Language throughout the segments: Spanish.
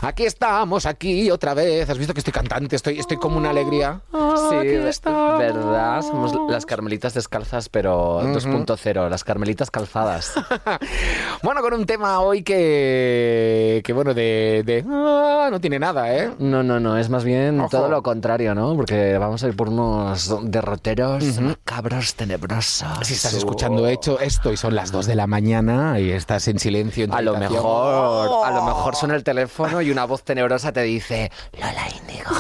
Aquí estamos, aquí otra vez. ¿Has visto que estoy cantante? Estoy como una alegría. Sí, verdad. Somos las Carmelitas descalzas, pero 2.0, las Carmelitas calzadas. Bueno, con un tema hoy que bueno, no tiene nada, ¿eh? No, es más bien Ojo. todo lo contrario, ¿no? Porque vamos a ir por unos derroteros macabros, tenebrosos. Si estás escuchando esto y son las 2 de la mañana y estás en silencio en tu A lo habitación. mejor suena el teléfono y una voz tenebrosa te dice Lola Índigo.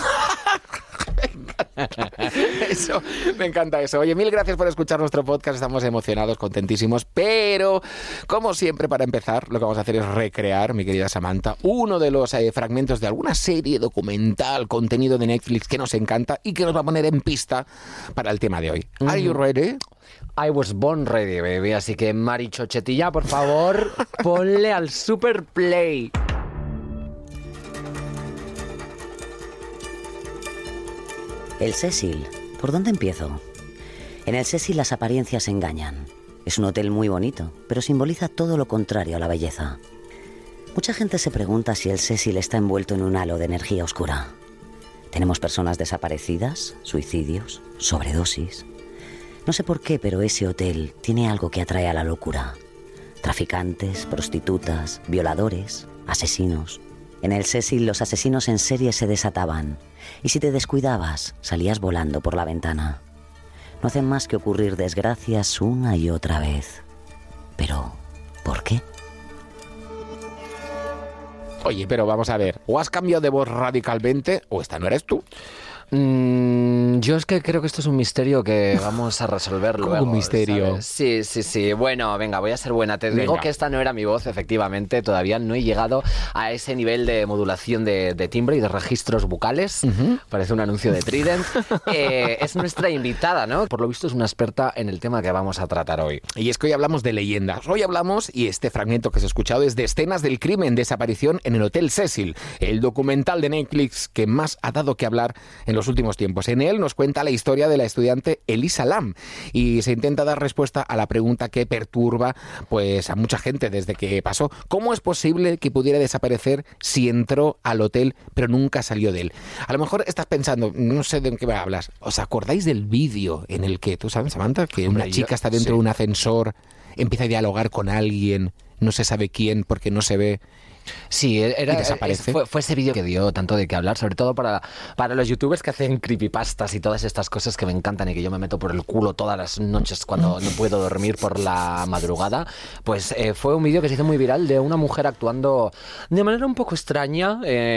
Eso, me encanta eso. Oye, mil gracias por escuchar nuestro podcast. Estamos emocionados, contentísimos. Pero, como siempre, para empezar, lo que vamos a hacer es recrear, mi querida Samantha, uno de los fragmentos de alguna serie documental, contenido de Netflix que nos encanta y que nos va a poner en pista para el tema de hoy. ¿Are you ready? I was born ready, baby. Así que, Mari Chochetilla, por favor, ponle al super play. El Cecil. ¿Por dónde empiezo? En el Cecil las apariencias engañan. Es un hotel muy bonito, pero simboliza todo lo contrario a la belleza. Mucha gente se pregunta si el Cecil está envuelto en un halo de energía oscura. Tenemos personas desaparecidas, suicidios, sobredosis. No sé por qué, pero ese hotel tiene algo que atrae a la locura. Traficantes, prostitutas, violadores, asesinos. En el Cecil los asesinos en serie se desataban y si te descuidabas salías volando por la ventana. No hacen más que ocurrir desgracias una y otra vez. Pero, ¿por qué? Oye, pero vamos a ver, o has cambiado de voz radicalmente o esta no eres tú. Yo es que creo que esto es un misterio que vamos a resolver ¿Cómo luego. un misterio? ¿Sabes? Sí. Bueno, venga, voy a ser buena. Te digo Venga. que esta no era mi voz, efectivamente. Todavía no he llegado a ese nivel de modulación de timbre y de registros bucales. Parece un anuncio de Trident. Es nuestra invitada, ¿no? Por lo visto es una experta en el tema que vamos a tratar hoy. Y es que hoy hablamos de leyendas. Hoy hablamos, y este fragmento que has escuchado es de escenas del crimen, desaparición en el Hotel Cecil, el documental de Netflix que más ha dado que hablar en los últimos tiempos. En él nos cuenta la historia de la estudiante Elisa Lam y se intenta dar respuesta a la pregunta que perturba pues a mucha gente desde que pasó. ¿Cómo es posible que pudiera desaparecer si entró al hotel pero nunca salió de él? A lo mejor estás pensando, no sé de qué me hablas. ¿Os acordáis del vídeo en el que, tú sabes, Samantha, que una chica está dentro de un ascensor, empieza a dialogar con alguien, no se sabe quién porque no se ve? Sí, desaparece. fue ese vídeo que dio tanto de qué hablar, sobre todo para los youtubers que hacen creepypastas y todas estas cosas que me encantan y que yo me meto por el culo todas las noches cuando no puedo dormir por la madrugada. Pues fue un vídeo que se hizo muy viral de una mujer actuando de manera un poco extraña.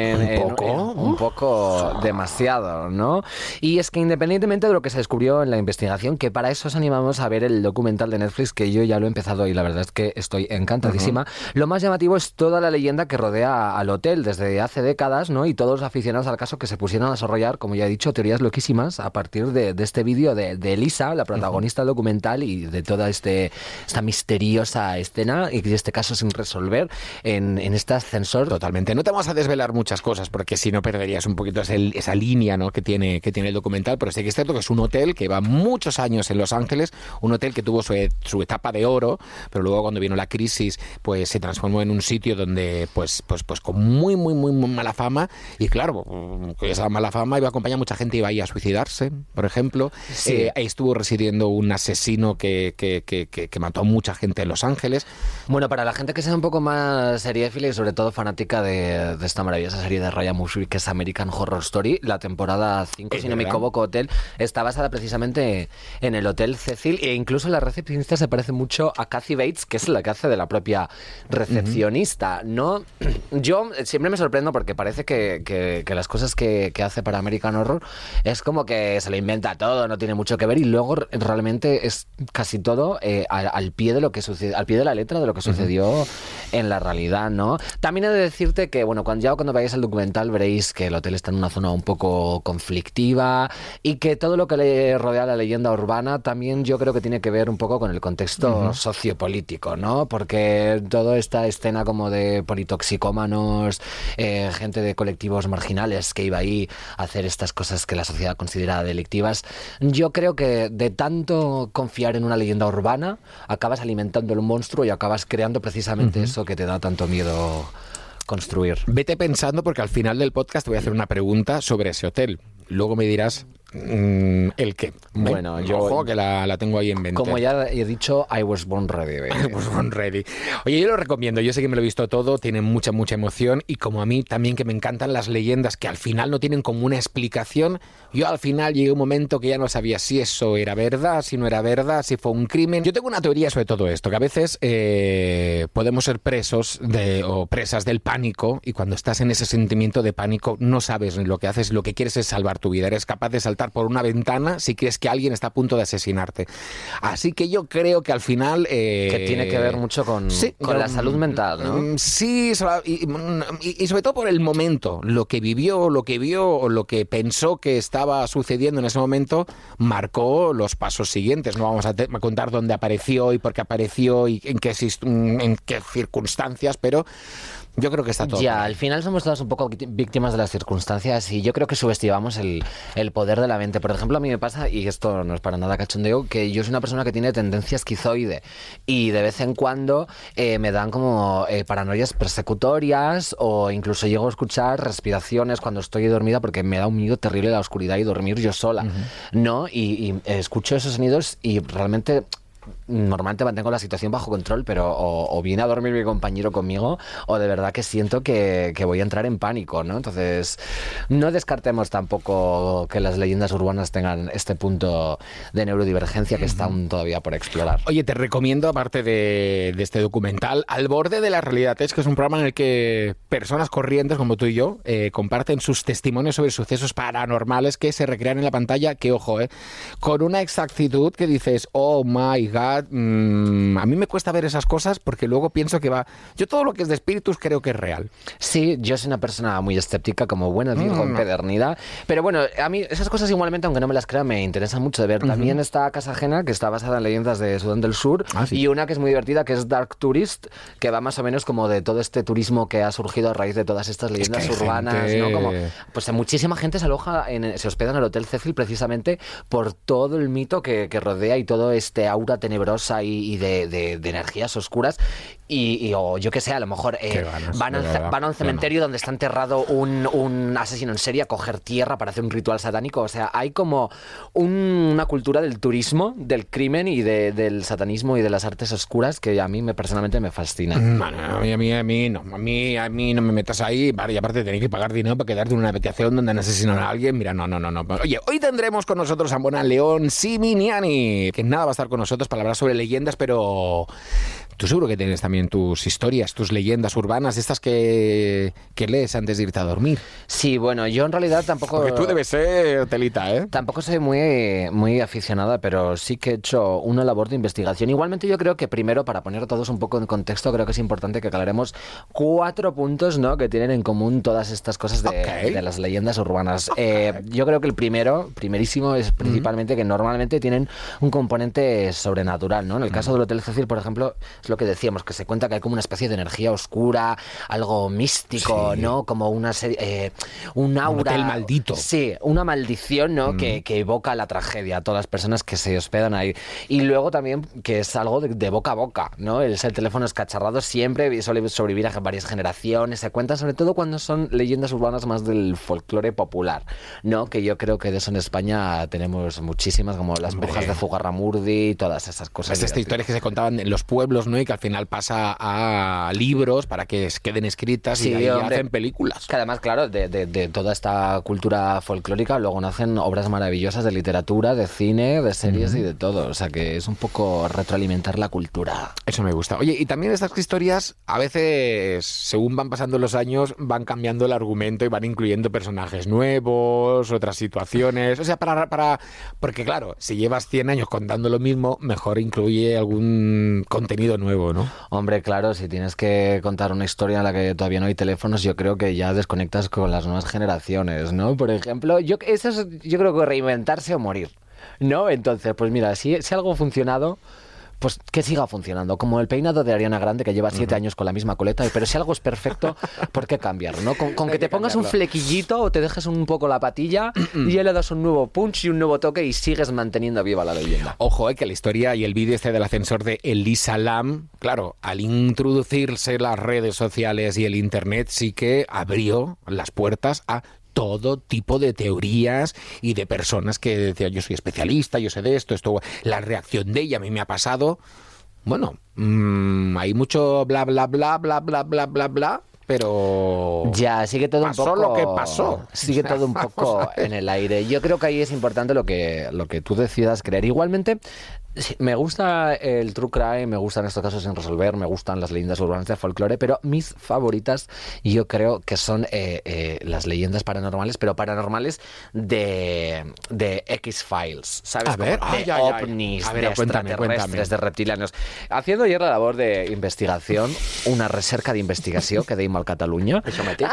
Un poco demasiado, ¿no? Y es que independientemente de lo que se descubrió en la investigación, que para eso os animamos a ver el documental de Netflix, que yo ya lo he empezado y la verdad es que estoy encantadísima. Lo más llamativo es toda la leyenda que rodea al hotel desde hace décadas, ¿no? Y todos los aficionados al caso que se pusieron a desarrollar, como ya he dicho, teorías loquísimas a partir de este vídeo de Elisa, la protagonista del documental, y de toda esta misteriosa escena y este caso sin resolver en este ascensor. Totalmente. No te vamos a desvelar muchas cosas porque si no perderías un poquito esa línea, ¿no?, que tiene el documental, pero sí que es cierto que es un hotel que va muchos años en Los Ángeles, un hotel que tuvo su etapa de oro, pero luego cuando vino la crisis pues se transformó en un sitio donde pues con muy mala fama, y claro, esa mala fama iba a acompañar a mucha gente, iba ahí a suicidarse, por ejemplo. Sí. Ahí estuvo residiendo un asesino que mató a mucha gente en Los Ángeles. Bueno, para la gente que sea un poco más seriéfila y sobre todo fanática de esta maravillosa serie de Ryan Murphy que es American Horror Story, la temporada 5, si no me equivoco, Hotel, está basada precisamente en el Hotel Cecil, e incluso la recepcionista se parece mucho a Kathy Bates, que es la que hace de la propia recepcionista, ¿no? Yo siempre me sorprendo porque parece que las cosas que hace para American Horror es como que se lo inventa todo, no tiene mucho que ver, y luego realmente es casi todo al pie de lo que sucede, al pie de la letra de lo que sucedió en la realidad, ¿no? También he de decirte que, bueno, cuando veáis el documental veréis que el hotel está en una zona un poco conflictiva y que todo lo que le rodea a la leyenda urbana también yo creo que tiene que ver un poco con el contexto sociopolítico, ¿no? Porque toda esta escena como de politoxicómanos, gente de colectivos marginales que iba ahí a hacer estas cosas que la sociedad considera delictivas, yo creo que de tanto confiar en una leyenda urbana acabas alimentando el monstruo y acabas creando precisamente eso que te da tanto miedo construir. Vete pensando, porque al final del podcast te voy a hacer una pregunta sobre ese hotel. Luego me dirás el qué. Bueno, yo... Ojo, que la tengo ahí en mente. Como ya he dicho, I was born ready. I was born ready. Oye, yo lo recomiendo. Yo sé que me lo he visto todo. Tiene mucha emoción. Y como a mí también, que me encantan las leyendas que al final no tienen como una explicación. Yo al final llegué a un momento que ya no sabía si eso era verdad, si no era verdad, si fue un crimen. Yo tengo una teoría sobre todo esto, que a veces podemos ser presos o presas del pánico, y cuando estás en ese sentimiento de pánico no sabes lo que haces, lo que quieres es salvar tu vida. Eres capaz de saltar por una ventana si crees que alguien está a punto de asesinarte. Así que yo creo que al final... que tiene que ver mucho con la salud mental, ¿no? Sí, y sobre todo por el momento, lo que vivió, lo que vio o lo que pensó que estaba sucediendo en ese momento marcó los pasos siguientes. No vamos a contar dónde apareció y por qué apareció y en qué circunstancias, pero yo creo que está todo. Ya, al final somos todas un poco víctimas de las circunstancias, y yo creo que subestimamos el poder de la mente. Por ejemplo, a mí me pasa, y esto no es para nada cachondeo, que yo soy una persona que tiene tendencia esquizoide, y de vez en cuando me dan como paranoias persecutorias, o incluso llego a escuchar respiraciones cuando estoy dormida, porque me da un miedo terrible la oscuridad y dormir yo sola, ¿no? Y escucho esos sonidos y realmente... Normalmente mantengo la situación bajo control, pero o viene a dormir mi compañero conmigo, o de verdad que siento que voy a entrar en pánico, ¿no? Entonces, no descartemos tampoco que las leyendas urbanas tengan este punto de neurodivergencia que está aún todavía por explorar. Oye, te recomiendo, aparte de este documental, Al borde de la realidad, que es un programa en el que personas corrientes como tú y yo comparten sus testimonios sobre sucesos paranormales que se recrean en la pantalla, que ojo, con una exactitud que dices, oh my God, a mí me cuesta ver esas cosas porque luego pienso que yo todo lo que es de espíritus creo que es real. Sí, yo soy una persona muy escéptica, como buena digo, empedernida, pero bueno, a mí esas cosas igualmente, aunque no me las crea, me interesan mucho de ver. También está Casa Ajena, que está basada en leyendas de Sudán del Sur, sí. Y una que es muy divertida, que es Dark Tourist, que va más o menos como de todo este turismo que ha surgido a raíz de todas estas leyendas urbanas, ¿no? Como, pues muchísima gente se aloja, se hospeda en el Hotel Cecil precisamente por todo el mito que rodea y todo este aura tenebrosa y de energías oscuras, o yo que sé, a lo mejor van a un cementerio donde está enterrado un asesino en serie a coger tierra para hacer un ritual satánico. O sea, hay como una cultura del turismo, del crimen y del satanismo y de las artes oscuras que a mí personalmente me fascina. Bueno, a mí no me metas ahí, vale, y aparte tenéis que pagar dinero para quedarte en una habitación donde han asesinado a alguien. Mira, no. Oye, hoy tendremos con nosotros a Mona León Siminiani, que nada va a estar con nosotros para hablar sobre leyendas, pero tú seguro que tienes también tus historias, tus leyendas urbanas, estas que lees antes de irte a dormir. Sí, bueno, yo en realidad tampoco... Porque tú debes ser telita, ¿eh? Tampoco soy muy aficionada, pero sí que he hecho una labor de investigación. Igualmente yo creo que primero, para poner a todos un poco en contexto, creo que es importante que aclaremos 4 puntos, ¿no?, que tienen en común todas estas cosas de las leyendas urbanas. Yo creo que el primerísimo es principalmente que normalmente tienen un componente sobrenatural, ¿no? En el caso del Hotel Cecil, por ejemplo, es lo que decíamos, que se cuenta que hay como una especie de energía oscura, algo místico, sí, ¿no? Como una serie, un aura... Un hotel maldito. Sí, una maldición, ¿no? Que evoca la tragedia a todas las personas que se hospedan ahí. Y luego también que es algo de boca a boca, ¿no? El teléfono escacharrado siempre suele sobrevivir a varias generaciones. Se cuenta sobre todo cuando son leyendas urbanas más del folclore popular, ¿no? Que yo creo que de eso en España tenemos muchísimas, como las brujas de Zugarramurdi y todas esas cosas. Estas historias que se contaban en los pueblos, ¿no? Y que al final pasa a libros para que queden escritas, sí, y ahí hacen películas. Que además, claro, de toda esta cultura folclórica luego nacen obras maravillosas de literatura, de cine, de series y de todo. O sea que es un poco retroalimentar la cultura. Eso me gusta. Oye, y también estas historias, a veces, según van pasando los años, van cambiando el argumento y van incluyendo personajes nuevos, otras situaciones. O sea, porque claro, si llevas 100 años contando lo mismo, mejor incluye algún contenido nuevo, ¿no? Hombre, claro, si tienes que contar una historia en la que todavía no hay teléfonos, yo creo que ya desconectas con las nuevas generaciones, ¿no? Por ejemplo, yo creo que reinventarse o morir, ¿no? Entonces, pues mira, si algo ha funcionado, pues que siga funcionando. Como el peinado de Ariana Grande, que lleva 7 años con la misma coleta, pero si algo es perfecto, ¿por qué cambiar? ¿No? Con que te pongas un flequillito o te dejes un poco la patilla y ya le das un nuevo punch y un nuevo toque y sigues manteniendo viva la leyenda. Ojo, que la historia y el vídeo del ascensor de Elisa Lam, claro, al introducirse las redes sociales y el internet, sí que abrió las puertas a todo tipo de teorías y de personas que decían, yo soy especialista, yo sé de esto, la reacción de ella a mí me ha pasado. Bueno, hay mucho bla, bla, bla, bla, bla, bla, bla, bla, pero ya sigue todo un poco. Pasó lo que pasó. Sigue todo un poco en el aire. Yo creo que ahí es importante lo que tú decidas creer. Igualmente, sí, me gusta el true crime, me gustan estos casos sin resolver, me gustan las leyendas urbanas de folclore, pero mis favoritas yo creo que son las leyendas paranormales, pero paranormales de X-Files, ¿sabes? A ver, de ovnis, a ver, de extraterrestres, de reptilianos. Haciendo ayer la labor de investigación, una recerca de investigación que deim al Catalunya. Això mateix.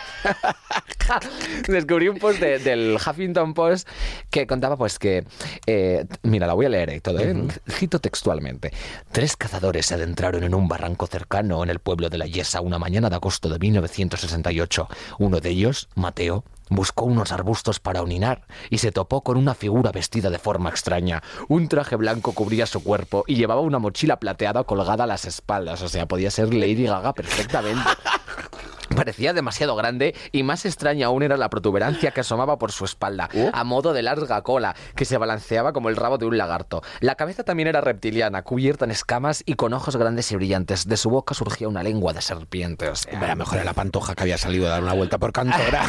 Descubrí un post del Huffington Post que contaba pues que mira, la voy a leer y todo, cito textualmente: 3 cazadores se adentraron en un barranco cercano en el pueblo de La Yesa una mañana de agosto de 1968. Uno de ellos, Mateo, buscó unos arbustos para orinar y se topó con una figura vestida de forma extraña. Un traje blanco cubría su cuerpo y llevaba una mochila plateada colgada a las espaldas. O sea, podía ser Lady Gaga perfectamente. Parecía demasiado grande y más extraña aún era la protuberancia que asomaba por su espalda, a modo de larga cola, que se balanceaba como el rabo de un lagarto. La cabeza también era reptiliana, cubierta en escamas y con ojos grandes y brillantes. De su boca surgía una lengua de serpiente. O sea, a lo mejor era la Pantoja que había salido a dar una vuelta por Cantora.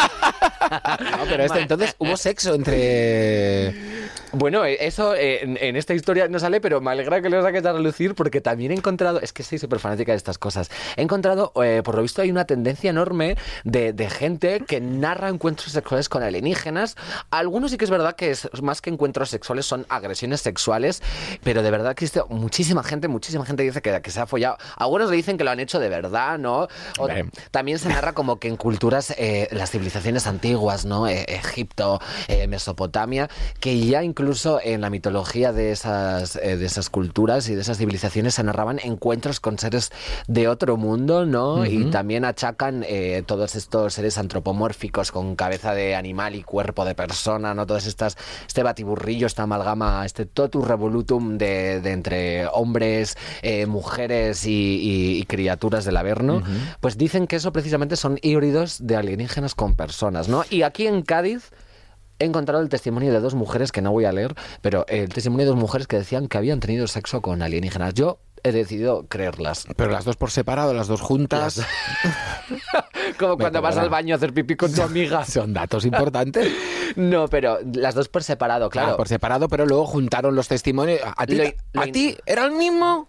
No, pero entonces hubo sexo entre... Bueno, eso en esta historia no sale, pero me alegra que lo saques a relucir porque también he encontrado, es que soy súper fanática de estas cosas, he encontrado, por lo visto hay una tendencia enorme de gente que narra encuentros sexuales con alienígenas. Algunos sí que es verdad que es más que encuentros sexuales, son agresiones sexuales, pero de verdad existe muchísima gente dice que se ha follado. Algunos le dicen que lo han hecho de verdad, ¿no? También se narra como que en culturas, las civilizaciones antiguas, ¿no? Egipto, Mesopotamia, que ya incluso en la mitología de esas culturas y de esas civilizaciones se narraban encuentros con seres de otro mundo, ¿no? Y también achacan todos estos seres antropomórficos con cabeza de animal y cuerpo de persona, ¿no? Este batiburrillo, esta amalgama, este totus revolutum de entre hombres, mujeres y criaturas del Averno, pues dicen que eso precisamente son híbridos de alienígenas con personas, ¿no? Y aquí en Cádiz he encontrado el testimonio de 2 mujeres que no voy a leer, pero el testimonio de 2 mujeres que decían que habían tenido sexo con alienígenas. Yo he decidido creerlas. ¿Pero las 2 por separado, las 2 juntas? Como cuando vas al baño a hacer pipí con tu amiga. ¿Son datos importantes? No, pero las 2 por separado, claro. Por separado, pero luego juntaron los testimonios. ¿A ti era el mismo?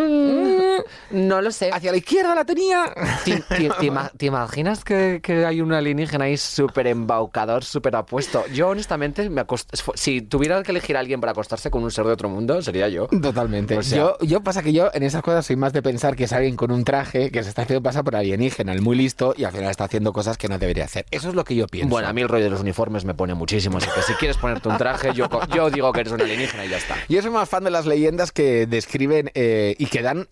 No lo sé. ¿Hacia la izquierda la tenía? ¿Te imaginas que hay un alienígena ahí súper embaucador, súper apuesto? Yo, honestamente, si tuviera que elegir a alguien para acostarse con un ser de otro mundo, sería yo. Totalmente. O sea, yo pasa que yo en esas cosas soy más de pensar que es alguien con un traje que se está haciendo pasar por alienígena, el muy listo, y al final está haciendo cosas que no debería hacer. Eso es lo que yo pienso. Bueno, a mí el rollo de los uniformes me pone muchísimo, así que si quieres ponerte un traje, yo digo que eres un alienígena y ya está. Yo soy más fan de las leyendas que describen y que dan,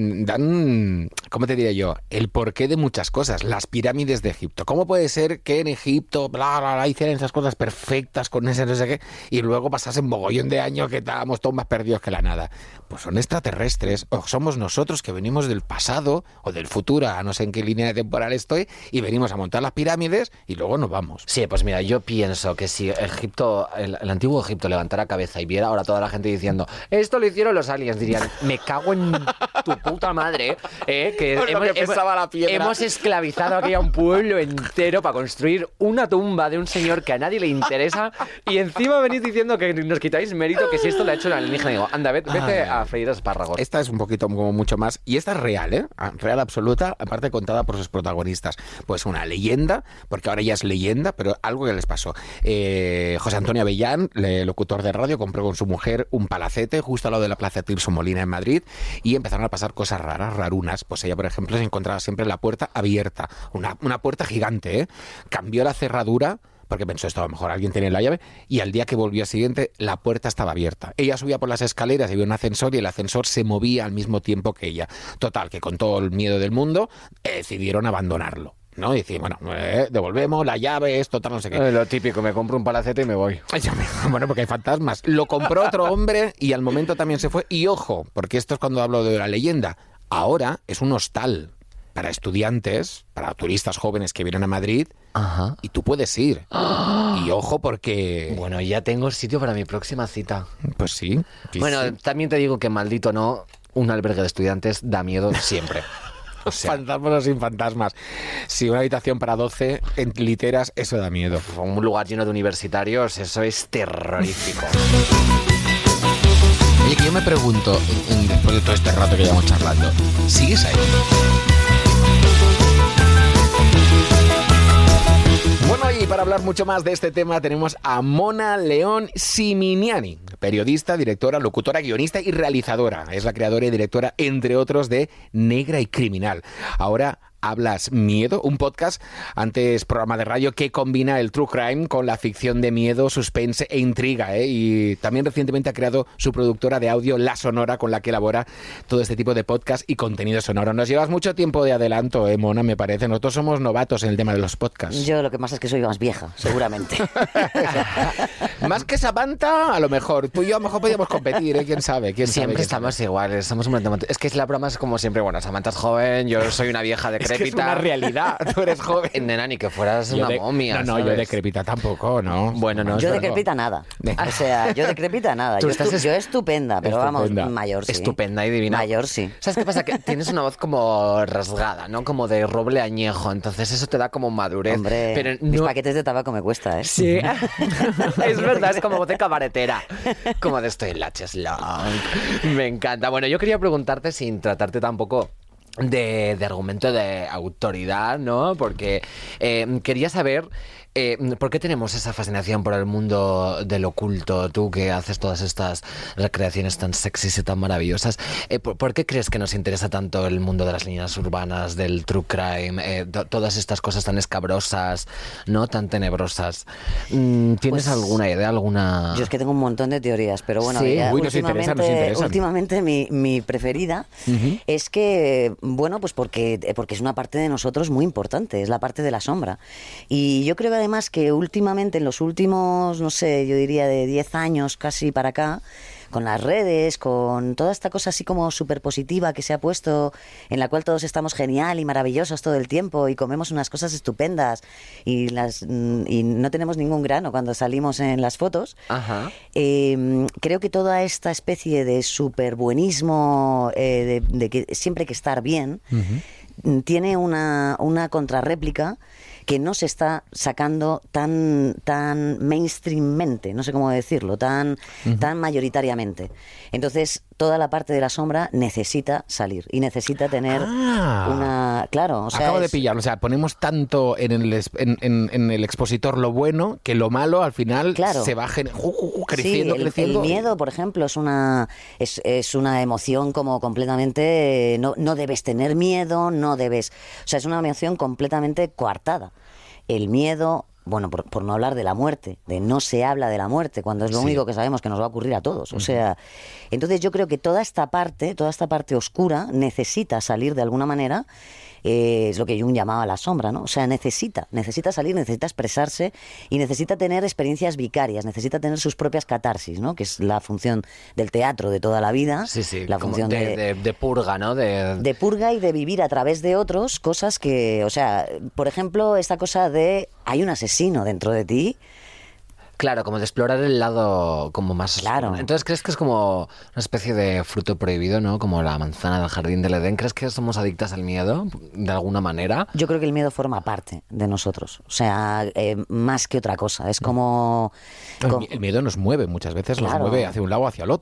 ¿cómo te diría yo? El porqué de muchas cosas. Las pirámides de Egipto. ¿Cómo puede ser que en Egipto, bla, bla, bla, hicieran esas cosas perfectas con ese no sé qué, y luego pasasen mogollón de años que estábamos todos más perdidos que la nada? Pues son extraterrestres, o somos nosotros que venimos del pasado o del futuro, no sé en qué línea temporal estoy, y venimos a montar las pirámides y luego nos vamos. Sí, pues mira, yo pienso que si Egipto, el antiguo Egipto levantara cabeza y viera ahora toda la gente diciendo esto lo hicieron los aliens, dirían, me cago en tu puta madre, que hemos esclavizado aquí a un pueblo entero para construir una tumba de un señor que a nadie le interesa y encima venís diciendo que nos quitáis mérito, que si esto lo ha hecho el alienígena. Digo, anda, vete a freír espárragos. Esta es un poquito como mucho más, y esta es real, real absoluta, aparte contada por sus protagonistas. Pues una leyenda, porque ahora ya es leyenda, pero algo que les pasó. José Antonio Avellán, locutor de radio, compró con su mujer un palacete justo al lado de la Plaza Tirso Molina en Madrid y empezaron a pasar cosas raras, rarunas. Pues ella, por ejemplo, se encontraba siempre la puerta abierta, una puerta gigante, Cambió la cerradura porque pensó esto, a lo mejor alguien tenía la llave, y al día que volvió al siguiente, la puerta estaba abierta. Ella subía por las escaleras y vio un ascensor y el ascensor se movía al mismo tiempo que ella. Total, que con todo el miedo del mundo, decidieron abandonarlo, ¿no? Y decir, bueno, devolvemos la llave, esto, tal, no sé qué. Lo típico, me compro un palacete y me voy. Bueno, porque hay fantasmas. Lo compró otro hombre y al momento también se fue. Y ojo, porque esto es cuando hablo de la leyenda. Ahora es un hostal para estudiantes, para turistas jóvenes que vienen a Madrid. Ajá. Y tú puedes ir. Y ojo porque... Bueno, ya tengo sitio para mi próxima cita. Pues sí. Bueno, sí. también te digo que maldito no, un albergue de estudiantes da miedo siempre. O sea, fantasmas o sin fantasmas. Si una habitación para 12 en literas, eso da miedo. un lugar lleno de universitarios, eso es terrorífico. Oye, que yo me pregunto, después de todo este rato que llevamos charlando, ¿sigues ahí? Bueno, y para hablar mucho más de este tema tenemos a Mona León Siminiani, periodista, directora, locutora, guionista y realizadora. Es la creadora y directora, entre otros, de Negra y Criminal. Ahora Hablas Miedo, un podcast, antes programa de radio, que combina el true crime con la ficción de miedo, suspense e intriga, ¿eh? Y también recientemente ha creado su productora de audio, La Sonora, con la que elabora todo este tipo de podcast y contenido sonoro. Nos llevas mucho tiempo de adelanto, Mona, me parece. Nosotros somos novatos en el tema de los podcasts. Yo lo que pasa es que soy más vieja, seguramente. Más que Samantha, a lo mejor. Tú y yo a lo mejor podíamos competir, ¿eh? ¿Quién sabe? Siempre estamos iguales, somos es que la broma es como siempre, bueno, Samantha es joven, yo soy una vieja decrépita. Es que es una realidad, tú eres joven. Nena, ni que fueras una momia. No, ¿sabes? Yo decrépita tampoco, ¿no? Bueno, no. Yo decrépita nada. O sea, yo decrépita nada. Yo estupenda, pero estupenda. Vamos, mayor sí. Estupenda y divina. Mayor sí. ¿Sabes qué pasa? Que tienes una voz como rasgada, ¿no? Como de roble añejo, entonces eso te da como madurez. Hombre, pero mis paquetes de tabaco me cuesta, ¿eh? Sí, es verdad, es como voz de cabaretera. Como de estoy en la Cheslong. Me encanta. Bueno, yo quería preguntarte, sin tratarte tampoco de argumento de autoridad, ¿no? Porque quería saber ¿por qué tenemos esa fascinación por el mundo del oculto? Tú que haces todas estas recreaciones tan sexys y tan maravillosas, ¿por qué crees que nos interesa tanto el mundo de las leyendas urbanas, del true crime, todas estas cosas tan escabrosas, ¿no? Tan tenebrosas? ¿Tienes pues, alguna idea, alguna...? Yo es que tengo un montón de teorías, pero bueno, ¿sí? ya, Uy, nos interesan. últimamente mi preferida es que, bueno, pues porque es una parte de nosotros muy importante, es la parte de la sombra. Y yo creo que además que últimamente, en los últimos, no sé, yo diría de 10 años casi para acá, con las redes, con toda esta cosa así como súper positiva que se ha puesto, en la cual todos estamos genial y maravillosos todo el tiempo y comemos unas cosas estupendas y no tenemos ningún grano cuando salimos en las fotos. Ajá. Creo que toda esta especie de súper buenismo, de que siempre hay que estar bien, tiene una contrarréplica que no se está sacando tan mainstreammente, no sé cómo decirlo, tan mayoritariamente. Entonces, toda la parte de la sombra necesita salir y necesita tener una... Claro, o sea... Acabo de pillarlo, o sea, ponemos tanto en el expositor lo bueno que lo malo al final se va creciendo, sí, creciendo. El miedo, por ejemplo, es una emoción como completamente... No debes tener miedo, no debes... O sea, es una emoción completamente coartada. El miedo, bueno, por no hablar de la muerte, de no se habla de la muerte, cuando es lo único que sabemos que nos va a ocurrir a todos. O sea, entonces yo creo que toda esta parte oscura necesita salir de alguna manera. Es lo que Jung llamaba la sombra, ¿no? O sea, necesita salir, necesita expresarse y necesita tener experiencias vicarias, necesita tener sus propias catarsis, ¿no? Que es la función del teatro de toda la vida. Sí, la función de purga, ¿no? De purga y de vivir a través de otros cosas que, o sea, por ejemplo, esta cosa de hay un asesino dentro de ti. Claro, como de explorar el lado como más... Claro. Entonces, ¿crees que es como una especie de fruto prohibido, ¿no? Como la manzana del jardín del Edén. ¿Crees que somos adictas al miedo, de alguna manera? Yo creo que el miedo forma parte de nosotros. O sea, más que otra cosa. Es como... El miedo nos mueve muchas veces, Claro. nos mueve hacia un lado o hacia el otro.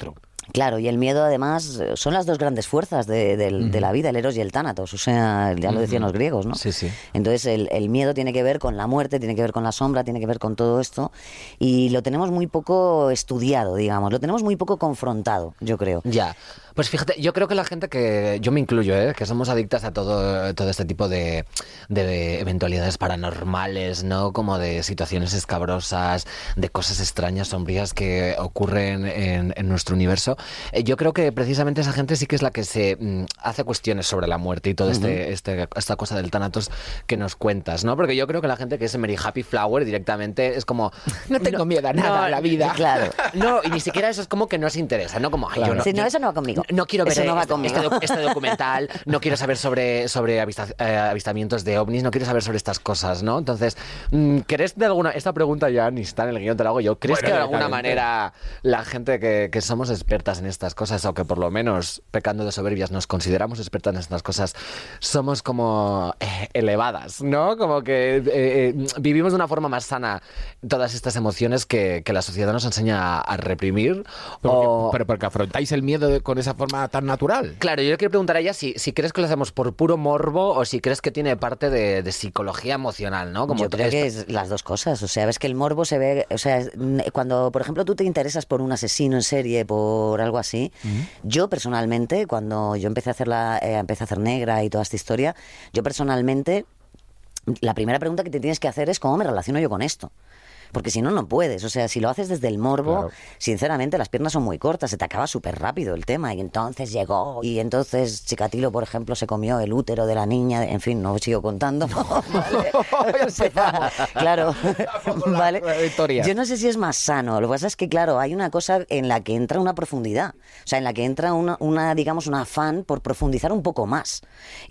Claro, y el miedo además son las dos grandes fuerzas de la vida, el Eros y el Tánatos, o sea, ya lo decían los griegos, ¿no? Sí, sí. Entonces el miedo tiene que ver con la muerte, tiene que ver con la sombra, tiene que ver con todo esto, y lo tenemos muy poco estudiado, digamos, lo tenemos muy poco confrontado, yo creo. Ya. Pues fíjate, yo creo que la gente que, yo me incluyo, que somos adictas a todo este tipo de eventualidades paranormales, ¿no? Como de situaciones escabrosas, de cosas extrañas, sombrías que ocurren en nuestro universo. Yo creo que precisamente esa gente sí que es la que se hace cuestiones sobre la muerte y toda esta cosa del Tánatos que nos cuentas, ¿no? Porque yo creo que la gente que es Mary Happy Flower directamente es como... No tengo miedo a nada, a la vida. Claro. No, y ni siquiera eso es como que no se interesa, ¿no? Como, ay, Claro. yo no, Sí, no, eso no va conmigo. no quiero ver Eso no va conmigo. este documental, no quiero saber sobre avistamientos de ovnis, no quiero saber sobre estas cosas, ¿no? Entonces, ¿crees de alguna... Esta pregunta ya ni está en el guión, te la hago yo. ¿Crees que de alguna manera la gente que somos expertas en estas cosas, o que por lo menos, pecando de soberbias, nos consideramos expertas en estas cosas, somos como elevadas, ¿no? Como que vivimos de una forma más sana todas estas emociones que la sociedad nos enseña a reprimir? Pero porque afrontáis el miedo con esa forma tan natural. Claro, yo le quiero preguntar a ella si crees que lo hacemos por puro morbo o si crees que tiene parte de psicología emocional, ¿no? Como yo creo que es las dos cosas, o sea, ves que el morbo se ve, o sea, cuando por ejemplo tú te interesas por un asesino en serie, por algo así, yo personalmente, cuando yo empecé a hacer Negra y toda esta historia, yo personalmente, la primera pregunta que te tienes que hacer es ¿cómo me relaciono yo con esto? Porque si no, no puedes. O sea, si lo haces desde el morbo, claro, sinceramente las piernas son muy cortas, se te acaba súper rápido el tema. Y entonces llegó, y entonces Chikatilo, por ejemplo, se comió el útero de la niña. En fin, no sigo contando. Vale. O sea, claro, vale. Yo no sé si es más sano. Lo que pasa es que, claro, hay una cosa en la que entra una profundidad. O sea, en la que entra digamos, un afán por profundizar un poco más.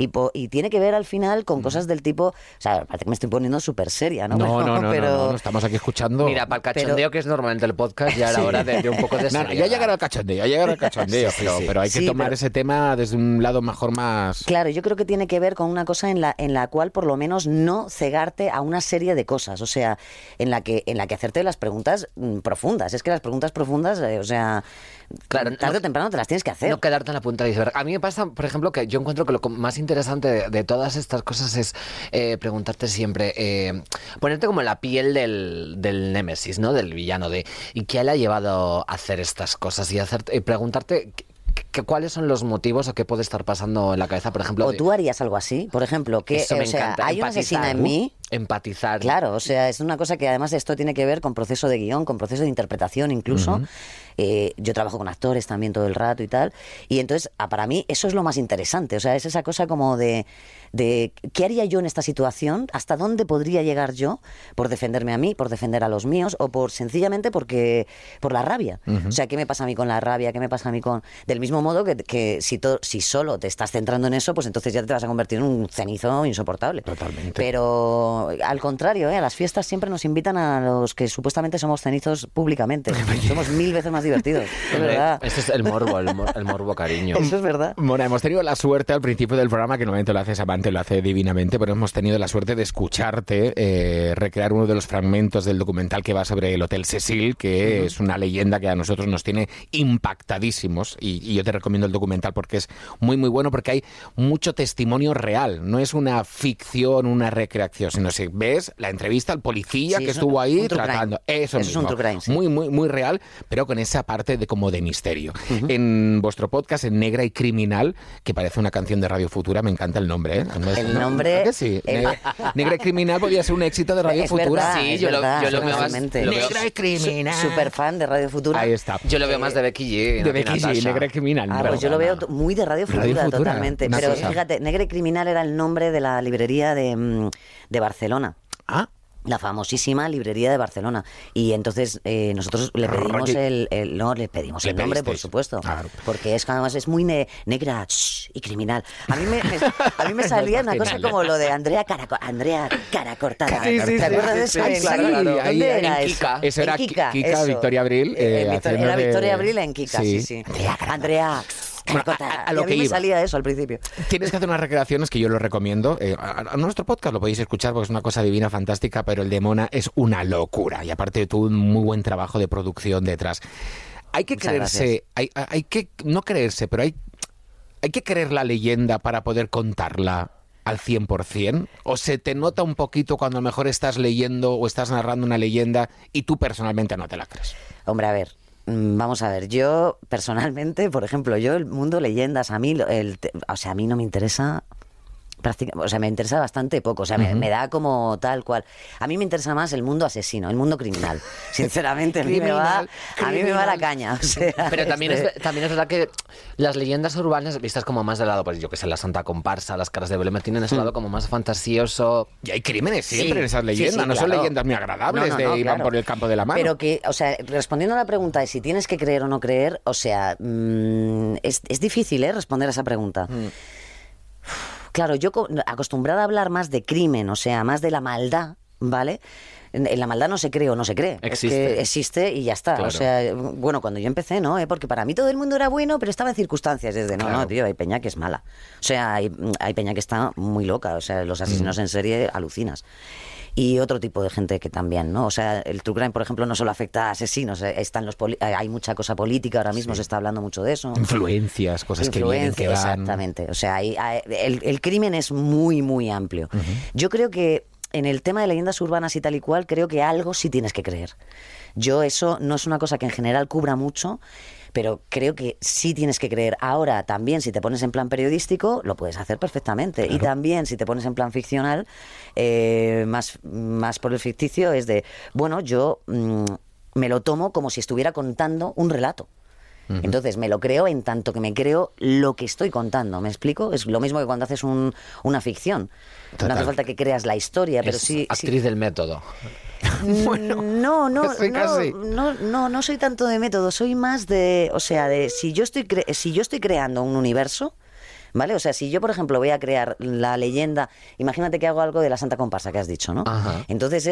Y tiene que ver al final con cosas del tipo... O sea, parece que me estoy poniendo súper seria, ¿no? No, estamos aquí escuchando. Mira, para el cachondeo, que es normalmente el podcast, ya era hora de un poco de seriedad. Ya llegará el cachondeo, pero hay que tomar ese tema desde un lado mejor más... Claro, yo creo que tiene que ver con una cosa en la cual por lo menos no cegarte a una serie de cosas, o sea, en la que hacerte las preguntas profundas. Es que las preguntas profundas, o sea... Claro, tarde o temprano te las tienes que hacer. No quedarte en la punta del iceberg. A mí me pasa, por ejemplo, que yo encuentro que lo más interesante de todas estas cosas es preguntarte siempre, ponerte como en la piel del némesis, ¿no? Del villano, ¿y qué le ha llevado a hacer estas cosas? Y preguntarte... ¿Cuáles son los motivos o qué puede estar pasando en la cabeza, por ejemplo? ¿O tú harías algo así? Por ejemplo, que Eso me encanta. hay una asesina en mí. Empatizar. Claro, o sea, es una cosa que además esto tiene que ver con proceso de guión, con proceso de interpretación incluso. Yo trabajo con actores también todo el rato y tal. Y entonces, para mí, eso es lo más interesante. O sea, es esa cosa como de ¿qué haría yo en esta situación? ¿Hasta dónde podría llegar yo por defenderme a mí, por defender a los míos? O sencillamente por la rabia. O sea, ¿qué me pasa a mí con la rabia? ¿Qué me pasa a mí con...? Del mismo modo que si solo te estás centrando en eso, pues entonces ya te vas a convertir en un cenizo insoportable. Totalmente. Pero al contrario, a las fiestas siempre nos invitan a los que supuestamente somos cenizos públicamente. Somos 1000 veces más divertidos, es verdad. Este es el morbo, el morbo cariño. Eso es verdad. Bueno, hemos tenido la suerte al principio del programa, que normalmente lo hace Samantha, lo hace divinamente, pero hemos tenido la suerte de escucharte recrear uno de los fragmentos del documental que va sobre el Hotel Cecil, que es una leyenda que a nosotros nos tiene impactadísimos, y yo te recomiendo el documental porque es muy muy bueno, porque hay mucho testimonio real, no es una ficción, una recreación, sino si ves la entrevista al policía que estuvo ahí tratando, eso mismo, es un true crime, sí. muy muy muy real, pero con esa parte de como de misterio. En vuestro podcast, en Negra y Criminal, que parece una canción de Radio Futura, me encanta el nombre, ¿eh? El nombre... ¿Que sí? Negra y Criminal podría ser un éxito de Radio Futura. Sí, yo lo veo más... Negra y Criminal. Súper fan de Radio Futura. Ahí está. Yo lo veo más de Becky G. De Becky G, Negra y Criminal. Pues yo lo veo muy de Radio Futura, totalmente. Pero fíjate, Negra y Criminal era el nombre de la librería de Barcelona. Ah. La famosísima librería de Barcelona. Y entonces nosotros le pedimos le pedimos el nombre, por supuesto. Claro. Porque además es muy negra y criminal. A mí me salía una cosa como lo de Andrea cara cortada. ¿Te acuerdas de eso? Sí, claro. ¿Dónde era eso? Eso era Kika, Victoria Abril. Era Victoria Abril en Kika, sí. Andrea... Bueno, a lo que me salía eso al principio. Tienes que hacer unas recreaciones que yo lo recomiendo. A nuestro podcast lo podéis escuchar porque es una cosa divina, fantástica, pero el de Mona es una locura. Y aparte de todo, un muy buen trabajo de producción detrás. Hay que Muchas creerse, hay que no creerse, pero hay que creer la leyenda para poder contarla al 100%? ¿O se te nota un poquito cuando a lo mejor estás leyendo o estás narrando una leyenda y tú personalmente no te la crees? Hombre, a ver, vamos a ver. Yo, personalmente, por ejemplo, yo el mundo leyendas, a mí no me interesa... O sea, me interesa bastante poco, o sea, me da como tal cual. A mí me interesa más el mundo asesino, el mundo criminal. Sinceramente, a mí me va la caña. O sea, pero también es verdad que las leyendas urbanas, vistas como más del lado, pues yo que sé, la Santa Comparsa, las Caras de Belén, tienen ese lado como más fantasioso. Y hay crímenes siempre en esas leyendas, no claro. son leyendas muy agradables iban claro. por el campo de la mano. Pero que, o sea, respondiendo a la pregunta de si tienes que creer o no creer, o sea, es difícil, responder a esa pregunta. Claro, yo acostumbrada a hablar más de crimen, o sea, más de la maldad, ¿vale? En la maldad no se cree o no se cree. Existe. Es que existe y ya está. Claro. O sea, bueno, cuando yo empecé, ¿no? Porque para mí todo el mundo era bueno, pero estaba en circunstancias. Desde, no, tío, hay peña que es mala. O sea, hay peña que está muy loca. O sea, los asesinos en serie alucinas. Y otro tipo de gente que también, ¿no? O sea, el true crime, por ejemplo, no solo afecta a asesinos, hay mucha cosa política, ahora mismo se está hablando mucho de eso. Influencias, cosas que vienen, que van. Exactamente. O sea, el crimen es muy, muy amplio. Yo creo que en el tema de leyendas urbanas y tal y cual, creo que algo sí tienes que creer. Yo eso no es una cosa que en general cubra mucho, pero creo que sí tienes que creer. Ahora, también, si te pones en plan periodístico, lo puedes hacer perfectamente. Claro. Y también, si te pones en plan ficcional, más por el ficticio, es de, bueno, yo me lo tomo como si estuviera contando un relato. Entonces me lo creo en tanto que me creo lo que estoy contando. ¿Me explico? Es lo mismo que cuando haces una ficción. Total. No hace falta que creas la historia, pero sí... Actriz del método. Bueno, no soy tanto de método, soy más de, o sea, de si yo estoy creando un universo, ¿vale? O sea, si yo, por ejemplo, voy a crear la leyenda, imagínate que hago algo de la Santa Comparsa que has dicho, ¿no? Ajá. Entonces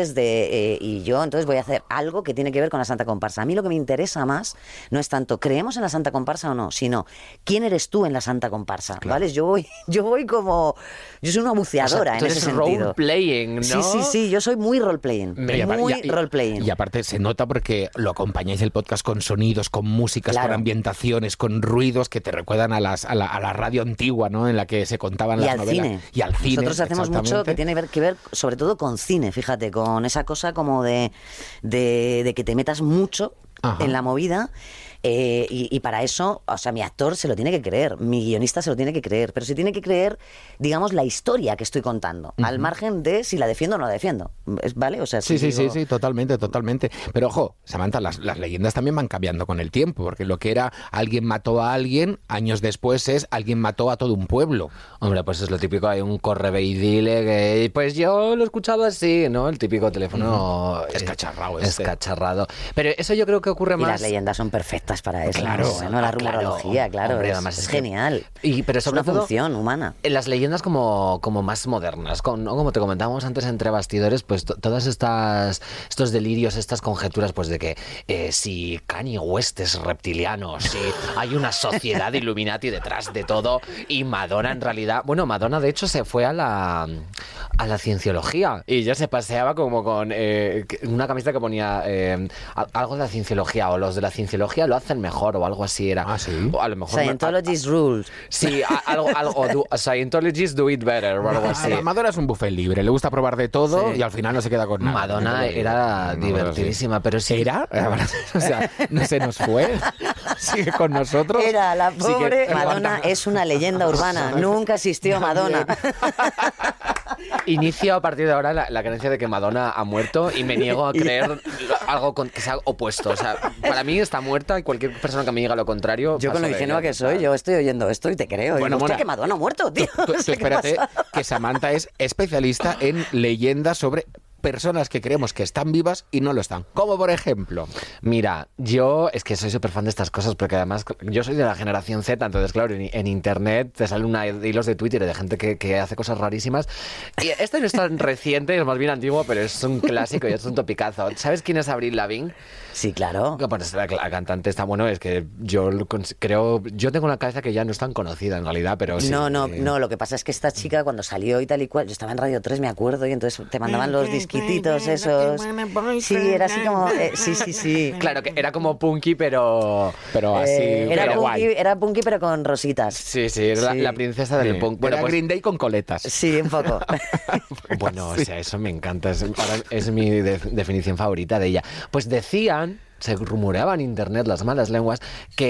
y yo entonces voy a hacer algo que tiene que ver con la Santa Comparsa. A mí lo que me interesa más no es tanto creemos en la Santa Comparsa o no, sino quién eres tú en la Santa Comparsa, claro. ¿Vale? Yo voy como, yo soy una buceadora, o sea, en ese sentido. Role-playing, ¿no? Sí, yo soy muy role-playing. Role-playing. Y aparte se nota porque lo acompañáis el podcast con sonidos, con músicas, claro. Con ambientaciones, con ruidos que te recuerdan a la radio antigua, ¿no? En la que se contaban las novelas. Cine. Y al cine. Nosotros hacemos mucho que tiene que ver sobre todo con cine, fíjate, con esa cosa como de que te metas mucho en la movida. Y para eso, o sea, mi actor se lo tiene que creer, mi guionista se lo tiene que creer, pero se tiene que creer, digamos, la historia que estoy contando, al margen de si la defiendo o no la defiendo, ¿vale? O sea, sí, totalmente. Pero ojo, Samantha, las leyendas también van cambiando con el tiempo, porque lo que era alguien mató a alguien, años después es alguien mató a todo un pueblo. Hombre, pues es lo típico, hay un correveidile que, pues yo lo he escuchado así, ¿no? El típico teléfono escacharrado. Pero eso yo creo que ocurre más... Y las leyendas son perfectas para eso, claro, bueno, la rumorología, claro, hombre, además es genial. Pero sobre es una función humana. Las leyendas como más modernas, ¿no? Como te comentábamos antes entre bastidores, pues todas estos delirios, estas conjeturas, pues de que si Kanye West es reptiliano, si hay una sociedad Illuminati detrás de todo, y Madonna en realidad, bueno, Madonna de hecho se fue a la cienciología y ya se paseaba como con una camiseta que ponía algo de la cienciología, o los de la cienciología lo hacen mejor o algo así era. ¿Sí? O a lo mejor Scientology's rules. Sí, algo Scientologists do it better o algo así. Madonna es un buffet libre, le gusta probar de todo y al final no se queda con nada. Madonna era divertidísima, pero sí. ¿Era? O sea, no se nos fue. Sigue con nosotros. Era la pobre Madonna, es una leyenda urbana. Nunca existió Madonna. Inicio a partir de ahora la creencia de que Madonna ha muerto y me niego a creer algo que sea opuesto. O sea, para mí está muerta y cualquier persona que me diga lo contrario... Yo con lo ingenua que soy, yo estoy oyendo esto y te creo. Bueno, hostia, que Madonna ha muerto, tío. Tú espérate que Samantha es especialista en leyendas sobre personas que creemos que están vivas y no lo están. Como por ejemplo. Mira, yo es que soy súper fan de estas cosas porque además yo soy de la generación Z, entonces claro, en internet te salen hilos de Twitter de gente que hace cosas rarísimas. Y este no es tan reciente, es más bien antiguo, pero es un clásico y es un topicazo. ¿Sabes quién es Avril Lavigne? Sí, claro. Pues la cantante está, bueno, es que yo creo, yo tengo una cabeza que ya no es tan conocida en realidad, pero sí. No, lo que pasa es que esta chica cuando salió y tal y cual, yo estaba en Radio 3, me acuerdo, y entonces te mandaban los discos chiquititos esos. Sí, era así como... sí. Claro, que era como punky, pero así, era punky, pero con rositas. Sí, era la princesa del punk. Bueno, era Green Day con coletas. Sí, un poco. Bueno, o sea, eso me encanta. Es mi definición favorita de ella. Pues decían... Se rumoreaba en internet, las malas lenguas,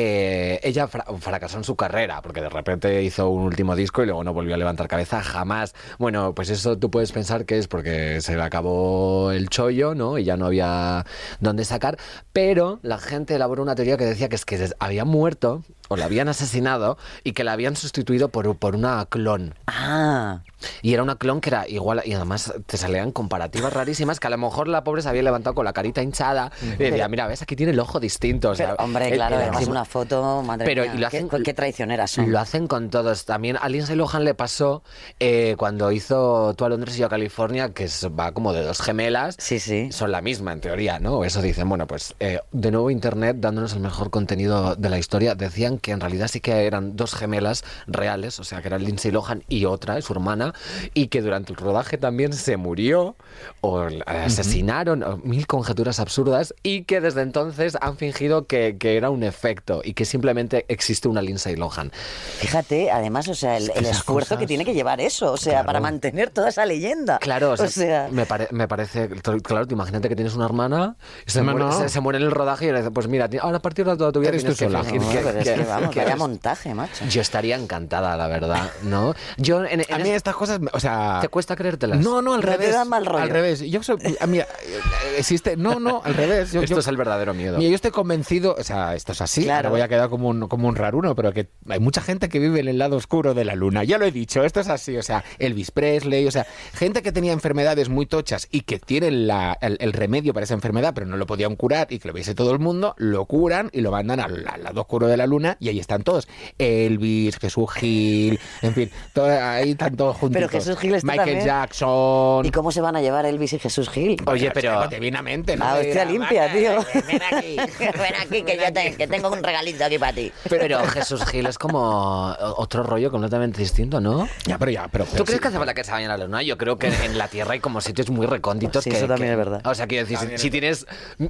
que ella fracasó en su carrera, porque de repente hizo un último disco y luego no volvió a levantar cabeza jamás. Bueno, pues eso tú puedes pensar que es porque se le acabó el chollo, ¿no? Y ya no había dónde sacar, pero la gente elaboró una teoría que decía que es que había muerto o la habían asesinado y que la habían sustituido por una clon. Ah. Y era una clon que era igual, y además te salían comparativas rarísimas, que a lo mejor la pobre se había levantado con la carita hinchada y decía, mira, ves, aquí tiene el ojo distinto. O sea, pero, hombre, claro, además una foto, madre mía, y lo hacen, qué traicioneras son. Lo hacen con todos. También a Lindsay Lohan le pasó cuando hizo Tú a Londres y yo a California, que va como de dos gemelas. Sí. Son la misma, en teoría, ¿no? Eso dicen. Bueno, pues de nuevo Internet, dándonos el mejor contenido de la historia, decían que en realidad sí que eran dos gemelas reales, o sea, que eran Lindsay Lohan y otra, su hermana, y que durante el rodaje también se murió o asesinaron, mil conjeturas absurdas, y que desde entonces han fingido que era un efecto y que simplemente existe una Lindsay Lohan. Fíjate, además, o sea, el esfuerzo que tiene que llevar eso, o sea, claro, para mantener toda esa leyenda. Claro, o sea me parece, claro, tú imagínate que tienes una hermana, se muere en el rodaje y le dice, pues mira, ahora a partir de toda tu vida tienes que fingir vaya montaje, macho. Yo estaría encantada, la verdad, ¿no? Yo a mí estas cosas, o sea... ¿Te cuesta creértelas? No, al revés. Te da mal rollo. Al revés. Yo soy... A mí, existe... No, al revés. Esto es el verdadero miedo. Mira, yo estoy convencido... O sea, esto es así. Claro. Ahora voy a quedar como un raruno, pero que hay mucha gente que vive en el lado oscuro de la luna. Ya lo he dicho, esto es así. O sea, Elvis Presley, o sea, gente que tenía enfermedades muy tochas y que tienen el remedio para esa enfermedad, pero no lo podían curar y que lo viese todo el mundo, lo curan y lo mandan al lado oscuro de la luna y ahí están todos. Elvis, Jesús Gil, en fin, ahí están todos juntos. Pero Jesús Gil está Michael también. Jackson. ¿Y cómo se van a llevar Elvis y Jesús Gil? Oye, pero te viene a mente, ¿no? Hostia limpia, tío. Ven aquí. Ven aquí, que tengo un regalito aquí para ti. Pero Jesús Gil es como otro rollo completamente distinto, ¿no? Pero ¿Tú crees que hace falta que se vayan a la luna? Yo creo que en la Tierra hay como sitios muy recónditos. Sí, eso también es verdad. O sea, quiero decir, si tienes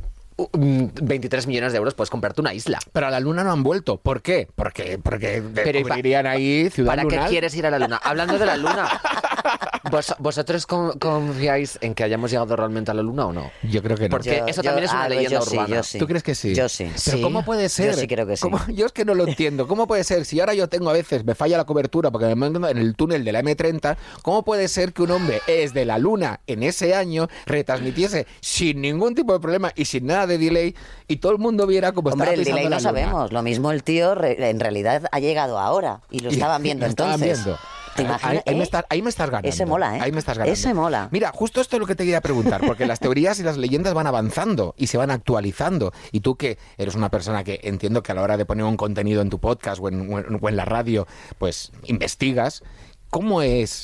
23 millones de euros, puedes comprarte una isla. Pero a la luna no han vuelto. ¿Por qué? Porque descubrirían ahí ciudad ¿Para lunar? qué quieres ir a la luna? Hablando de la luna, ¿vosotros confiáis en que hayamos llegado realmente a la luna o no? Yo creo que no. Porque eso también es una leyenda urbana. Yo sí. ¿Tú crees que sí? Yo sí. Pero ¿cómo puede ser? Yo sí creo que sí. Yo es que no lo entiendo. ¿Cómo puede ser? Si ahora yo tengo a veces, me falla la cobertura porque me mando en el túnel de la M30, ¿cómo puede ser que un hombre desde la luna en ese año retransmitiese sin ningún tipo de problema y sin nada de delay y todo el mundo viera cómo estaba pisando el delay la no luna? sabemos. Lo mismo el tío en realidad ha llegado ahora y lo estaban viendo entonces. ¿Te imaginas? Ahí me estás ganando. Ese mola, ¿eh? Ahí me estás ganando. Ese mola. Mira, justo esto es lo que te quería preguntar, porque las teorías y las leyendas van avanzando y se van actualizando. Y tú que eres una persona que entiendo que a la hora de poner un contenido en tu podcast o en la radio, pues investigas. ¿Cómo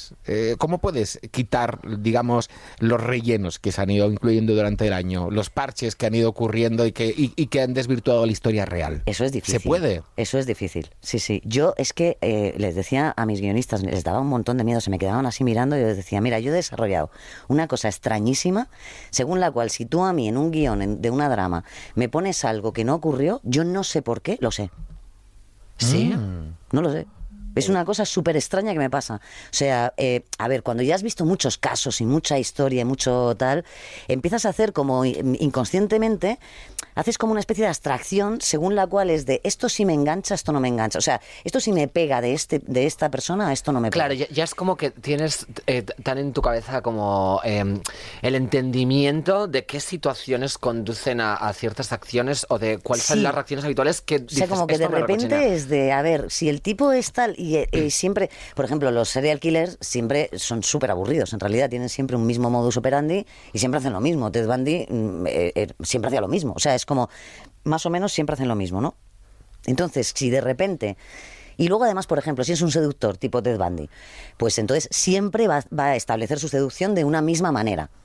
puedes quitar, digamos, los rellenos que se han ido incluyendo durante el año, los parches que han ido ocurriendo y que han desvirtuado la historia real? Eso es difícil. ¿Se puede? Eso es difícil, sí. Yo es que les decía a mis guionistas, les daba un montón de miedo, se me quedaban así mirando y les decía, mira, yo he desarrollado una cosa extrañísima, según la cual si tú a mí en un guión de una drama me pones algo que no ocurrió, yo no sé por qué, lo sé. ¿Sí? No lo sé. Es una cosa súper extraña que me pasa. O sea, a ver, cuando ya has visto muchos casos y mucha historia y mucho tal, empiezas a hacer como inconscientemente, haces como una especie de abstracción según la cual es de esto sí me engancha, esto no me engancha. O sea, esto sí me pega de esta persona, esto no me pega. Claro, ya es como que tienes tan en tu cabeza como el entendimiento de qué situaciones conducen a ciertas acciones o de cuáles son las reacciones habituales que dices, o sea, como que de repente es de, a ver, si el tipo es tal y siempre, por ejemplo, los serial killers siempre son súper aburridos. En realidad tienen siempre un mismo modus operandi y siempre hacen lo mismo. Ted Bundy siempre hacía lo mismo. O sea, es como, más o menos siempre hacen lo mismo, ¿no? Entonces, si de repente... Y luego, además, por ejemplo, si es un seductor tipo Ted Bundy, pues entonces siempre va a establecer su seducción de una misma manera.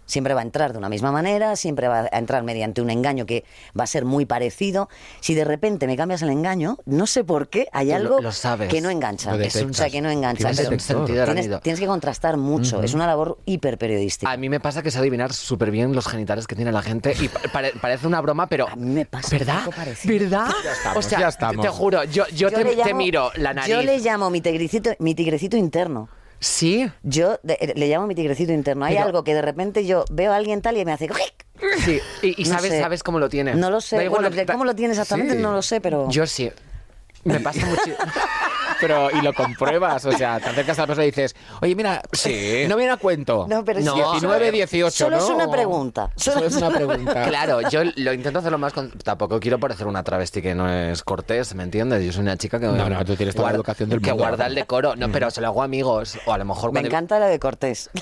Siempre va a entrar de una misma manera, siempre va a entrar mediante un engaño que va a ser muy parecido. Si de repente me cambias el engaño, no sé por qué, hay algo lo sabes. que no engancha. O sea, que no engancha. Tienes que contrastar mucho. Es una labor hiperperiodística. A mí me pasa que sé adivinar súper bien los genitales que tiene la gente y parece una broma, pero... A mí me pasa. ¿Verdad? ¿Verdad? Ya estamos. Te juro, yo te miro la nariz. Yo le llamo mi tigrecito interno. ¿Sí? Yo le llamo mi tigrecito interno. Hay algo que de repente yo veo a alguien tal y me hace... Sí, y No sabes, sé. sabes cómo lo tiene. No lo sé. Da igual, ¿Cómo lo tiene exactamente? Sí. No lo sé, pero... Yo sí. Me pasa mucho. Pero, y lo compruebas, o sea, te acercas a la persona y dices, oye, mira, Sí. no viene a cuento. No, pero No, 19, 18, solo ¿no? es una pregunta. Solo es una pregunta. Claro, yo lo intento hacerlo más con... Tampoco quiero parecer una travesti que no es cortés, ¿me entiendes? Yo soy una chica que... No, tú tienes toda la educación del que mundo. guarda el decoro. No, pero se lo hago a amigos. O a lo mejor Me cuando... encanta la de Cortés.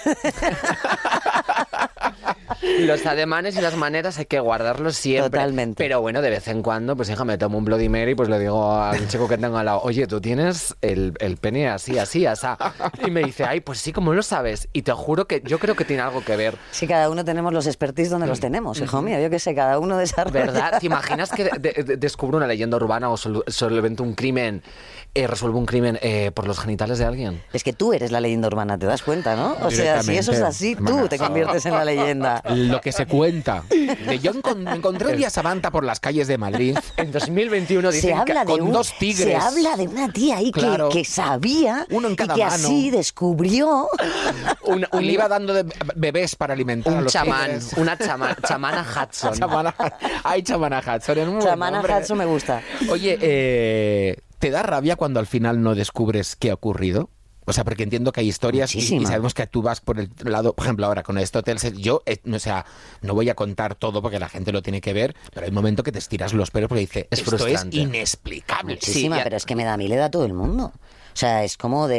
Los ademanes y las maneras hay que guardarlos siempre. Totalmente. Pero bueno, de vez en cuando, pues hija, me tomo un Bloody Mary, pues le digo al chico que tengo al lado, oye, tú tienes el pene así, asá. Y me dice, ay, pues sí, ¿cómo lo sabes? Y te juro que yo creo que tiene algo que ver. Sí, cada uno tenemos los expertise donde los tenemos, hijo mío. Yo qué sé, cada uno desarrolla. ¿Verdad? ¿Te imaginas que descubro una leyenda urbana o solvento un crimen, resuelvo un crimen por los genitales de alguien? Es que tú eres la leyenda urbana, ¿te das cuenta, no? O sea, si eso es así, tú te conviertes en la leyenda. Lo que se cuenta. Yo me encontré un día Samantha por las calles de Madrid. En 2021 Se dicen habla, con dos tigres. se habla de una tía ahí Claro. que sabía Uno en cada y que mano. así descubrió. Y le iba dando de bebés para alimentar a un los chamán, tigres. una chamana Hudson. Chamana Hudson. Es un buen Chamana nombre. Hudson me gusta. Oye, ¿te da rabia cuando al final no descubres qué ha ocurrido? O sea, porque entiendo que hay historias y Muchísima. sabemos que tú vas por el lado, por ejemplo, ahora con este hotel, yo, o sea, no voy a contar todo porque la gente lo tiene que ver, pero hay un momento que te estiras los pelos porque dice, Es esto es frustrante. inexplicable. Muchísima, Sí, pero es que a mí le da a todo el mundo. O sea, es como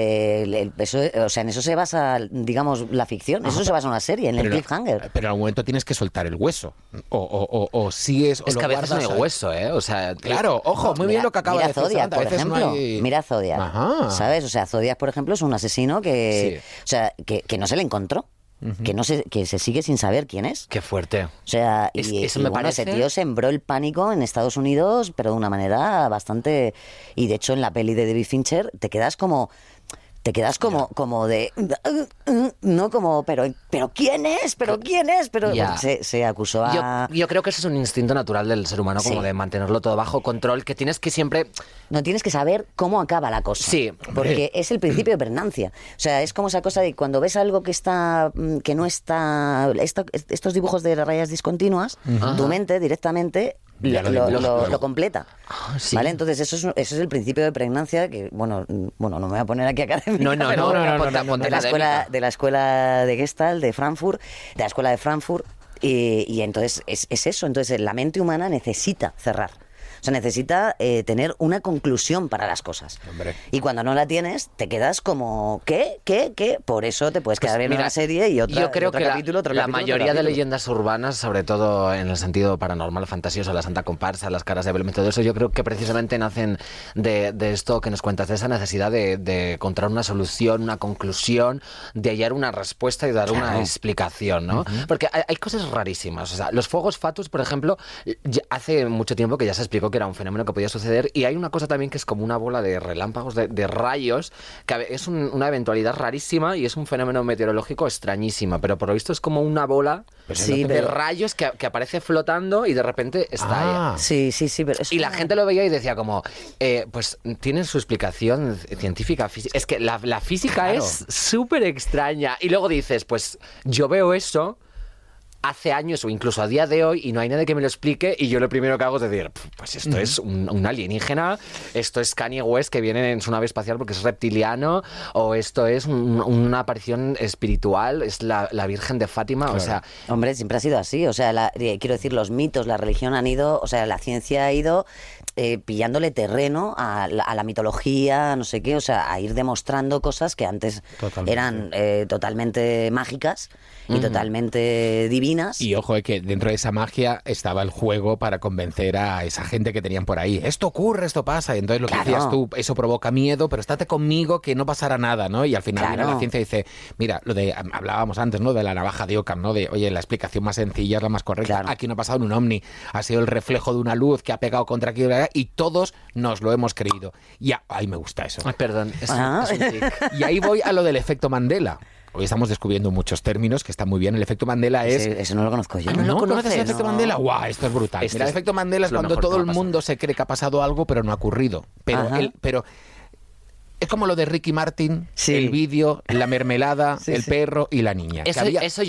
o sea, en eso se basa, digamos, la ficción. Eso se basa en una serie, en el Pero, cliffhanger. pero en algún momento tienes que soltar el hueso. O sigues, o Es lo que a veces no hay guardas. hueso, ¿eh? O sea, Claro, ojo, muy bien lo que acaba de Mira decir Zodiac, Samantha. A por veces ejemplo. no hay... Mira Zodiac. Ajá. ¿Sabes? O sea, Zodiac, por ejemplo, es un asesino que, Sí. o sea, que no se le encontró. Que se sigue sin saber quién es. Qué fuerte. O sea, Eso me bueno, ese parece- tío sembró el pánico en Estados Unidos, pero de una manera bastante... Y de hecho, en la peli de David Fincher te quedas como de... No como, pero ¿quién es? ¿Pero quién es? Pero Ya. se acusó a... Yo creo que eso es un instinto natural del ser humano, como Sí. de mantenerlo todo bajo control, que tienes que siempre... No tienes que saber cómo acaba la cosa. Sí. Porque es el principio de pregnancia. O sea, es como esa cosa de cuando ves algo que no está... estos dibujos de rayas discontinuas, tu mente directamente Ya lo lo completa. sí. ¿Vale? Entonces, eso es el principio de pregnancia que, bueno, no me voy a poner aquí académica. No, pero ponte de la escuela de Gestalt de Frankfurt, de la escuela de Frankfurt, y entonces es eso. Entonces, la mente humana necesita cerrar. O sea, necesita tener una conclusión para las cosas. Hombre. Y cuando no la tienes, te quedas como, ¿qué? Por eso te puedes quedar viendo Mira, una serie y otra, yo creo otro que capítulo, otro la capítulo, otro mayoría de capítulo. leyendas urbanas, sobre todo en el sentido paranormal, fantasioso, la Santa Comparsa, las caras de Belén, todo eso, yo creo que precisamente nacen de esto que nos cuentas, de esa necesidad de encontrar una solución, una conclusión, de hallar una respuesta y dar una explicación, ¿no? Porque hay cosas rarísimas. O sea, los fuegos fatus, por ejemplo, hace mucho tiempo que ya se explicó que era un fenómeno que podía suceder, y hay una cosa también que es como una bola de relámpagos, de rayos, que es una eventualidad rarísima y es un fenómeno meteorológico extrañísima, pero por lo visto es como una bola Sí, de pero- rayos que aparece flotando y de repente está ahí. Sí, pero es Y la una- gente lo veía y decía como, pues tienen su explicación científica, física. Es que la física Claro. es súper extraña. Y luego dices, pues yo veo eso hace años o incluso a día de hoy y no hay nadie que me lo explique, y yo lo primero que hago es decir, pues esto es un alienígena, esto es Kanye West que viene en su nave espacial porque es reptiliano, o esto es una aparición espiritual, es la Virgen de Fátima, o sea... Hombre, siempre ha sido así. O sea, quiero decir, los mitos, la religión han ido, o sea, la ciencia ha ido pillándole terreno a la mitología, no sé qué, o sea, a ir demostrando cosas que antes eran totalmente mágicas y totalmente divinas. Y ojo, que dentro de esa magia estaba el juego para convencer a esa gente que tenían por ahí. Esto ocurre, esto pasa. Y entonces lo que decías tú, eso provoca miedo, pero estate conmigo que no pasará nada, ¿no? Y al final viene la ciencia y dice, mira, hablábamos antes, ¿no? De la navaja de Occam, ¿no? De, oye, la explicación más sencilla es la más correcta. Aquí no ha pasado en un ovni, ha sido el reflejo de una luz que ha pegado contra aquí y todos nos lo hemos creído. Ya, ay, me gusta eso. Ay, perdón, es un tic. Y ahí voy a lo del efecto Mandela. Hoy estamos descubriendo muchos términos que están muy bien. El efecto Mandela es... Eso no lo conozco yo. ¿No conoces el efecto Mandela? ¡Guau! Esto es brutal. Mira, el efecto Mandela es cuando todo el mundo se cree que ha pasado algo, pero no ha ocurrido. Pero es como lo de Ricky Martin, el vídeo, la mermelada, el perro y la niña. Eso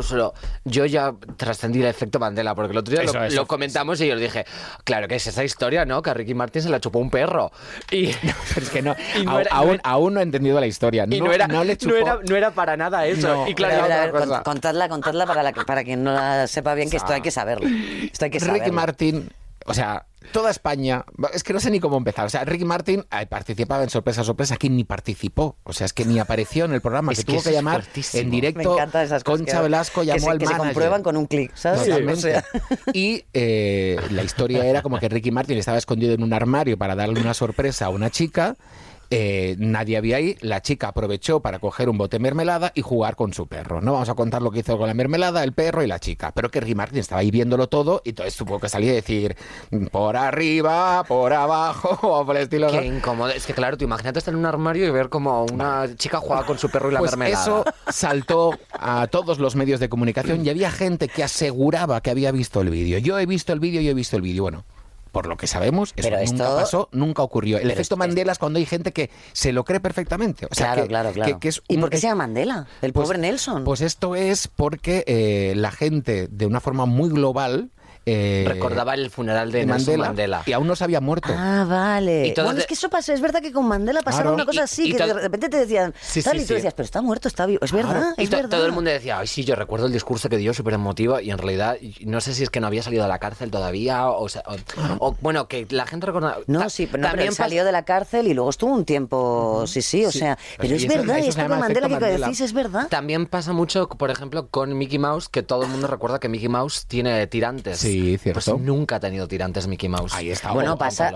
yo ya trascendí el efecto Mandela, porque el otro día lo comentamos y yo le dije, claro que es esa historia, ¿no? Que a Ricky Martin se la chupó un perro. Y no, es que no, aún no he entendido la historia. Y no era para nada eso. No, y claro, contadla para quien no la sepa bien, que esto hay que saberlo. Ricky Martin... O sea, toda España... Es que no sé ni cómo empezar. O sea, Ricky Martin participaba en Sorpresa, Sorpresa, que ni participó. O sea, es que ni apareció en el programa. Que tuvo que llamar en directo. Concha Velasco llamó al manager. Que se comprueban con un clic, ¿sabes? Totalmente. Y la historia era como que Ricky Martin estaba escondido en un armario para darle una sorpresa a una chica. Nadie había ahí, la chica aprovechó para coger un bote de mermelada y jugar con su perro. No vamos a contar lo que hizo con la mermelada, el perro y la chica, pero que Ricky Martin estaba ahí viéndolo todo y entonces tuvo que salir y decir por arriba, por abajo o por el estilo. Qué incómodo, es que claro, tú imagínate estar en un armario y ver como una chica juega con su perro y la mermelada. Eso saltó a todos los medios de comunicación y había gente que aseguraba que había visto el vídeo. Yo he visto el vídeo, bueno. Por lo que sabemos, eso nunca pasó, nunca ocurrió. El efecto Mandela es cuando hay gente que se lo cree perfectamente. O sea, claro. Que es ¿Y por qué se llama Mandela? El pobre Nelson. Pues esto es porque la gente, de una forma muy global... recordaba el funeral de Nelson Mandela. Y aún no se había muerto. Ah, vale. Bueno, es que eso pasa, es verdad que con Mandela pasaba una cosa así, que de repente te decían, y tú decías, pero está muerto, está vivo. Es verdad, es verdad. Todo el mundo decía, ay, sí, yo recuerdo el discurso que dio, súper emotivo, y en realidad, no sé si es que no había salido de la cárcel todavía, o bueno, que la gente recordaba... No, pero él salió de la cárcel y luego estuvo un tiempo, o sea... Pero es verdad, esto de Mandela que decís, es verdad. También pasa mucho, por ejemplo, con Mickey Mouse, que todo el mundo recuerda que Mickey Mouse tiene tirantes. Sí, cierto. Pues nunca ha tenido tirantes Mickey Mouse. Ahí está. Bueno, pasa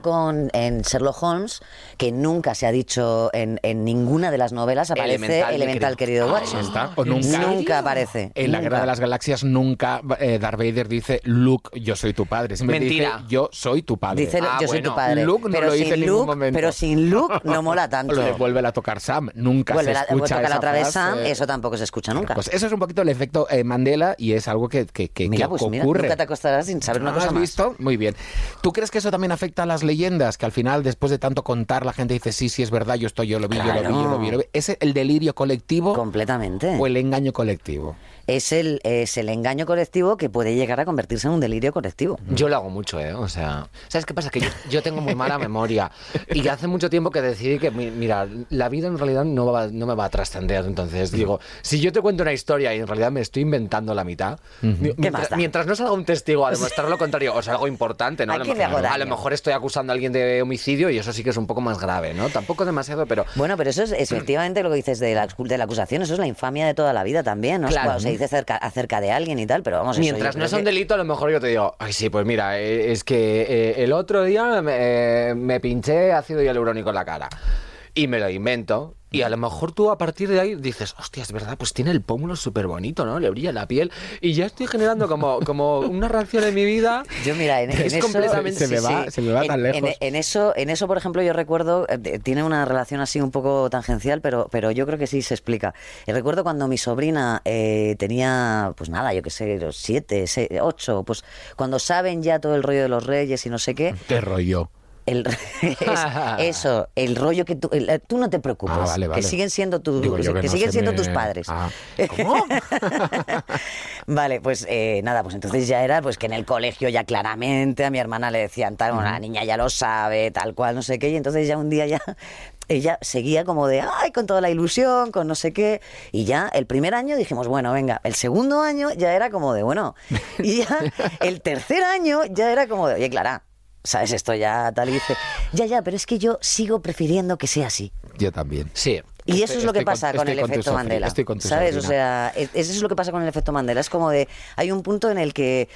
en Sherlock Holmes, que nunca se ha dicho en ninguna de las novelas aparece Elemental querido Watson. Está. O nunca aparece. En la Guerra de las Galaxias nunca Darth Vader dice, Luke, yo soy tu padre. Siempre mentira. Dice, yo soy tu padre. Dice, yo soy tu padre. Luke no lo dice en ningún momento. Pero sin Luke no mola tanto. Le vuelve a tocar Sam. Nunca se escucha toca la otra vez frase. Sam, eso tampoco se escucha nunca. Pues eso es un poquito el efecto Mandela y es algo que ocurre. Nunca te acostarás sin saber una cosa más. ¿Visto? Muy bien. ¿Tú crees que eso también afecta a las leyendas? Que al final, después de tanto contar, la gente dice, sí, es verdad, yo lo vi. ¿Es el delirio colectivo? Completamente. ¿O el engaño colectivo? Es el engaño colectivo que puede llegar a convertirse en un delirio colectivo. Yo lo hago mucho, o sea... ¿Sabes qué pasa? Que yo tengo muy mala memoria y hace mucho tiempo que decidí que, mira, la vida en realidad no me va a trascender. Entonces digo, si yo te cuento una historia y en realidad me estoy inventando la mitad, mientras no salga un testigo a demostrar lo contrario, o sea, algo importante, ¿no? A lo mejor estoy acusando a alguien de homicidio y eso sí que es un poco más grave, ¿no? Tampoco demasiado, pero... Bueno, pero eso es efectivamente lo que dices de la acusación, eso es la infamia de toda la vida también, ¿no? Claro. O sea, dice acerca de alguien y tal, pero vamos... Mientras no es un delito, a lo mejor yo te digo, ay, sí, pues mira, es que el otro día me pinché ácido hialurónico en la cara. Y me lo invento. Y a lo mejor tú a partir de ahí dices, hostia, es verdad, pues tiene el pómulo súper bonito, ¿no? Le brilla la piel. Y ya estoy generando como una reacción en mi vida. Yo, mira, en eso... completamente... Se me va tan lejos. En eso, por ejemplo, yo recuerdo... tiene una relación así un poco tangencial, pero yo creo que sí se explica. Y recuerdo cuando mi sobrina tenía, pues nada, yo qué sé, 7, 8, pues cuando saben ya todo el rollo de los reyes y no sé qué... ¿Qué rollo? El rollo que tú no te preocupes, vale. que siguen siendo tus padres. ¿Cómo? Vale, pues nada, pues entonces ya era pues que en el colegio ya claramente a mi hermana le decían tal, la niña ya lo sabe, tal cual, no sé qué, y entonces ya un día ya ella seguía como de, ay, con toda la ilusión, con no sé qué, y ya el primer año dijimos, bueno, venga, el segundo año ya era como de, bueno, y ya el tercer año ya era como de, oye, Clara, ¿sabes? Esto ya tal y dice, ya, pero es que yo sigo prefiriendo que sea así. Yo también. Sí. Y eso es lo que pasa con el efecto Mandela. Estoy con tu ¿sabes? sobrina. O sea, eso es lo que pasa con el efecto Mandela. Es como de, hay un punto en el que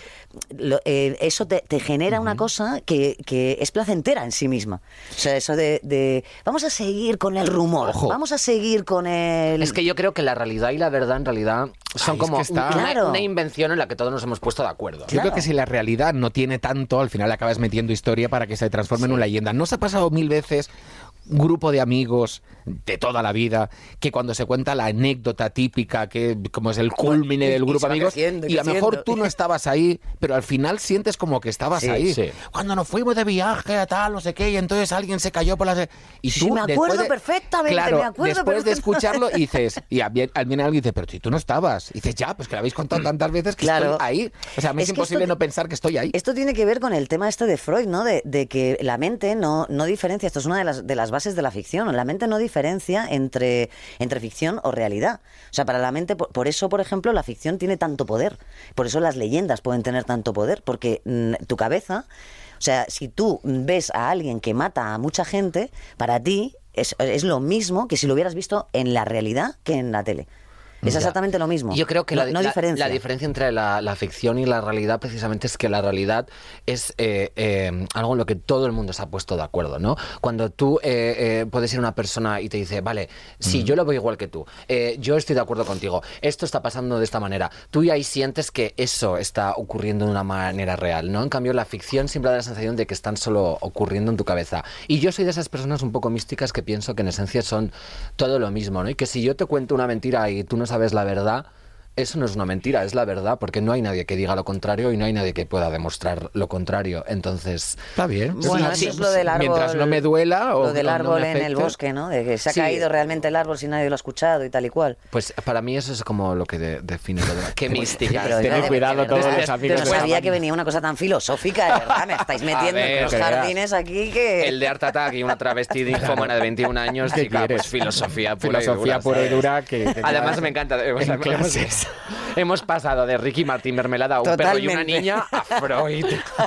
eso te genera una cosa que es placentera en sí misma. O sea, eso de vamos a seguir con el rumor, Ojo. vamos a seguir con el... Es que yo creo que la realidad y la verdad en realidad son es como que está- Claro. una invención en la que todos nos hemos puesto de acuerdo. Yo creo que si la realidad no tiene tanto, al final acabas metiendo historia para que se transforme en una leyenda. ¿No se ha pasado 1000 veces un grupo de amigos de toda la vida que cuando se cuenta la anécdota típica, que como es el culmine del y grupo se va de amigos, creciendo y y a lo mejor creciendo. tú no estabas ahí, pero al final sientes como que estabas Sí, ahí? sí. Cuando nos fuimos de viaje a tal, no sé qué, y entonces alguien se cayó por las... Y Sí, me después acuerdo perfectamente, claro, me acuerdo después de perfectamente. escucharlo, y dices, y viene alguien dice, pero si tú no estabas. Y dices, ya, pues que lo habéis contado tantas veces que Claro. estoy ahí. O sea, me es Es que imposible esto- no pensar que estoy ahí. Esto tiene que ver con el tema este de Freud, ¿no? De que la mente no diferencia, esto es una de las bases de la ficción, la mente no diferencia entre ficción o realidad. O sea, para la mente, por eso, por ejemplo, la ficción tiene tanto poder. Por eso las leyendas pueden tener tanto poder, porque tu cabeza, o sea, si tú ves a alguien que mata a mucha gente, para ti es lo mismo que si lo hubieras visto en la realidad que en la tele. Es exactamente lo mismo. Yo creo que no la diferencia. diferencia entre la ficción y la realidad precisamente es que la realidad es algo en lo que todo el mundo se ha puesto de acuerdo, ¿no? Cuando tú puedes ir a una persona y te dice, vale, sí, yo lo veo igual que tú, yo estoy de acuerdo contigo, esto está pasando de esta manera, tú ya ahí sientes que eso está ocurriendo de una manera real, ¿no? En cambio, la ficción siempre da la sensación de que están solo ocurriendo en tu cabeza. Y yo soy de esas personas un poco místicas que pienso que en esencia son todo lo mismo, ¿no? Y que si yo te cuento una mentira y tú no sabes la verdad, eso no es una mentira, es la verdad, porque no hay nadie que diga lo contrario y no hay nadie que pueda demostrar lo contrario. Entonces, Está bien. Bueno, Sí, eso es lo del árbol. Mientras no me duela o lo del no árbol me en el afecte. bosque, ¿no? De que se ha Sí. caído realmente el árbol si nadie lo ha escuchado y tal y cual. pues para mí eso es como lo que define todo. Qué mística. Pero Tened de cuidado verdad, todos de los amigos no de la sabía banda. que venía una cosa tan filosófica, de verdad. Me estáis metiendo ver, en unos que veas. jardines aquí que... El de Art Attack y una travesti de infómana de 21 años, ¿Qué chica, quieres? pues filosofía pura Filosofía y dura, pura y ¿sabes? dura que Además me encanta. en clases. Hemos pasado de Ricky Martin Mermelada a un perro y una Totalmente. niña a Freud.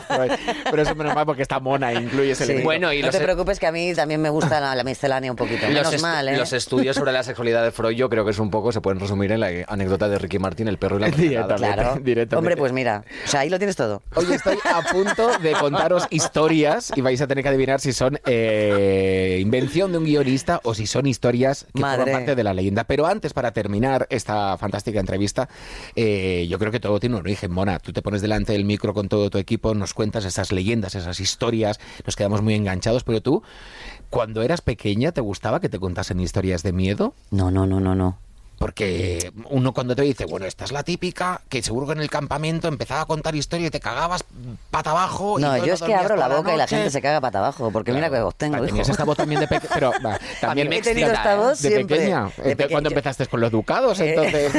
Pero eso menos mal porque está mona e incluye ese Sí. elemento. Bueno, y no los- te preocupes que a mí también me gusta la miscelánea un poquito. Menos mal, ¿eh? Los estudios sobre la sexualidad de Freud yo creo que es un poco, se pueden resumir en la anécdota de Ricky Martin, el perro y la mermelada. Directamente. Claro. directamente. Hombre, pues mira, o sea, ahí lo tienes todo. Hoy estoy a punto de contaros historias y vais a tener que adivinar si son invención de un guionista o si son historias que Madre. forman parte de la leyenda. Pero antes, para terminar esta fantástica entrevista, yo creo que todo tiene un origen, Mona. Tú te pones delante del micro con todo tu equipo, nos cuentas esas leyendas, esas historias, nos quedamos muy enganchados, pero tú, cuando eras pequeña, ¿te gustaba que te contasen historias de miedo? No. Porque uno cuando te dice, bueno, esta es la típica, que seguro que en el campamento empezaba a contar historia y te cagabas pata abajo. No, yo es que abro la boca y la gente se caga caga pata abajo, porque mira que os tengo, hijo. Tenías esta voz también de pequeña, pero también He tenido esta voz de siempre. pequeña. De pequeña. Cuando empezaste con los ducados, entonces.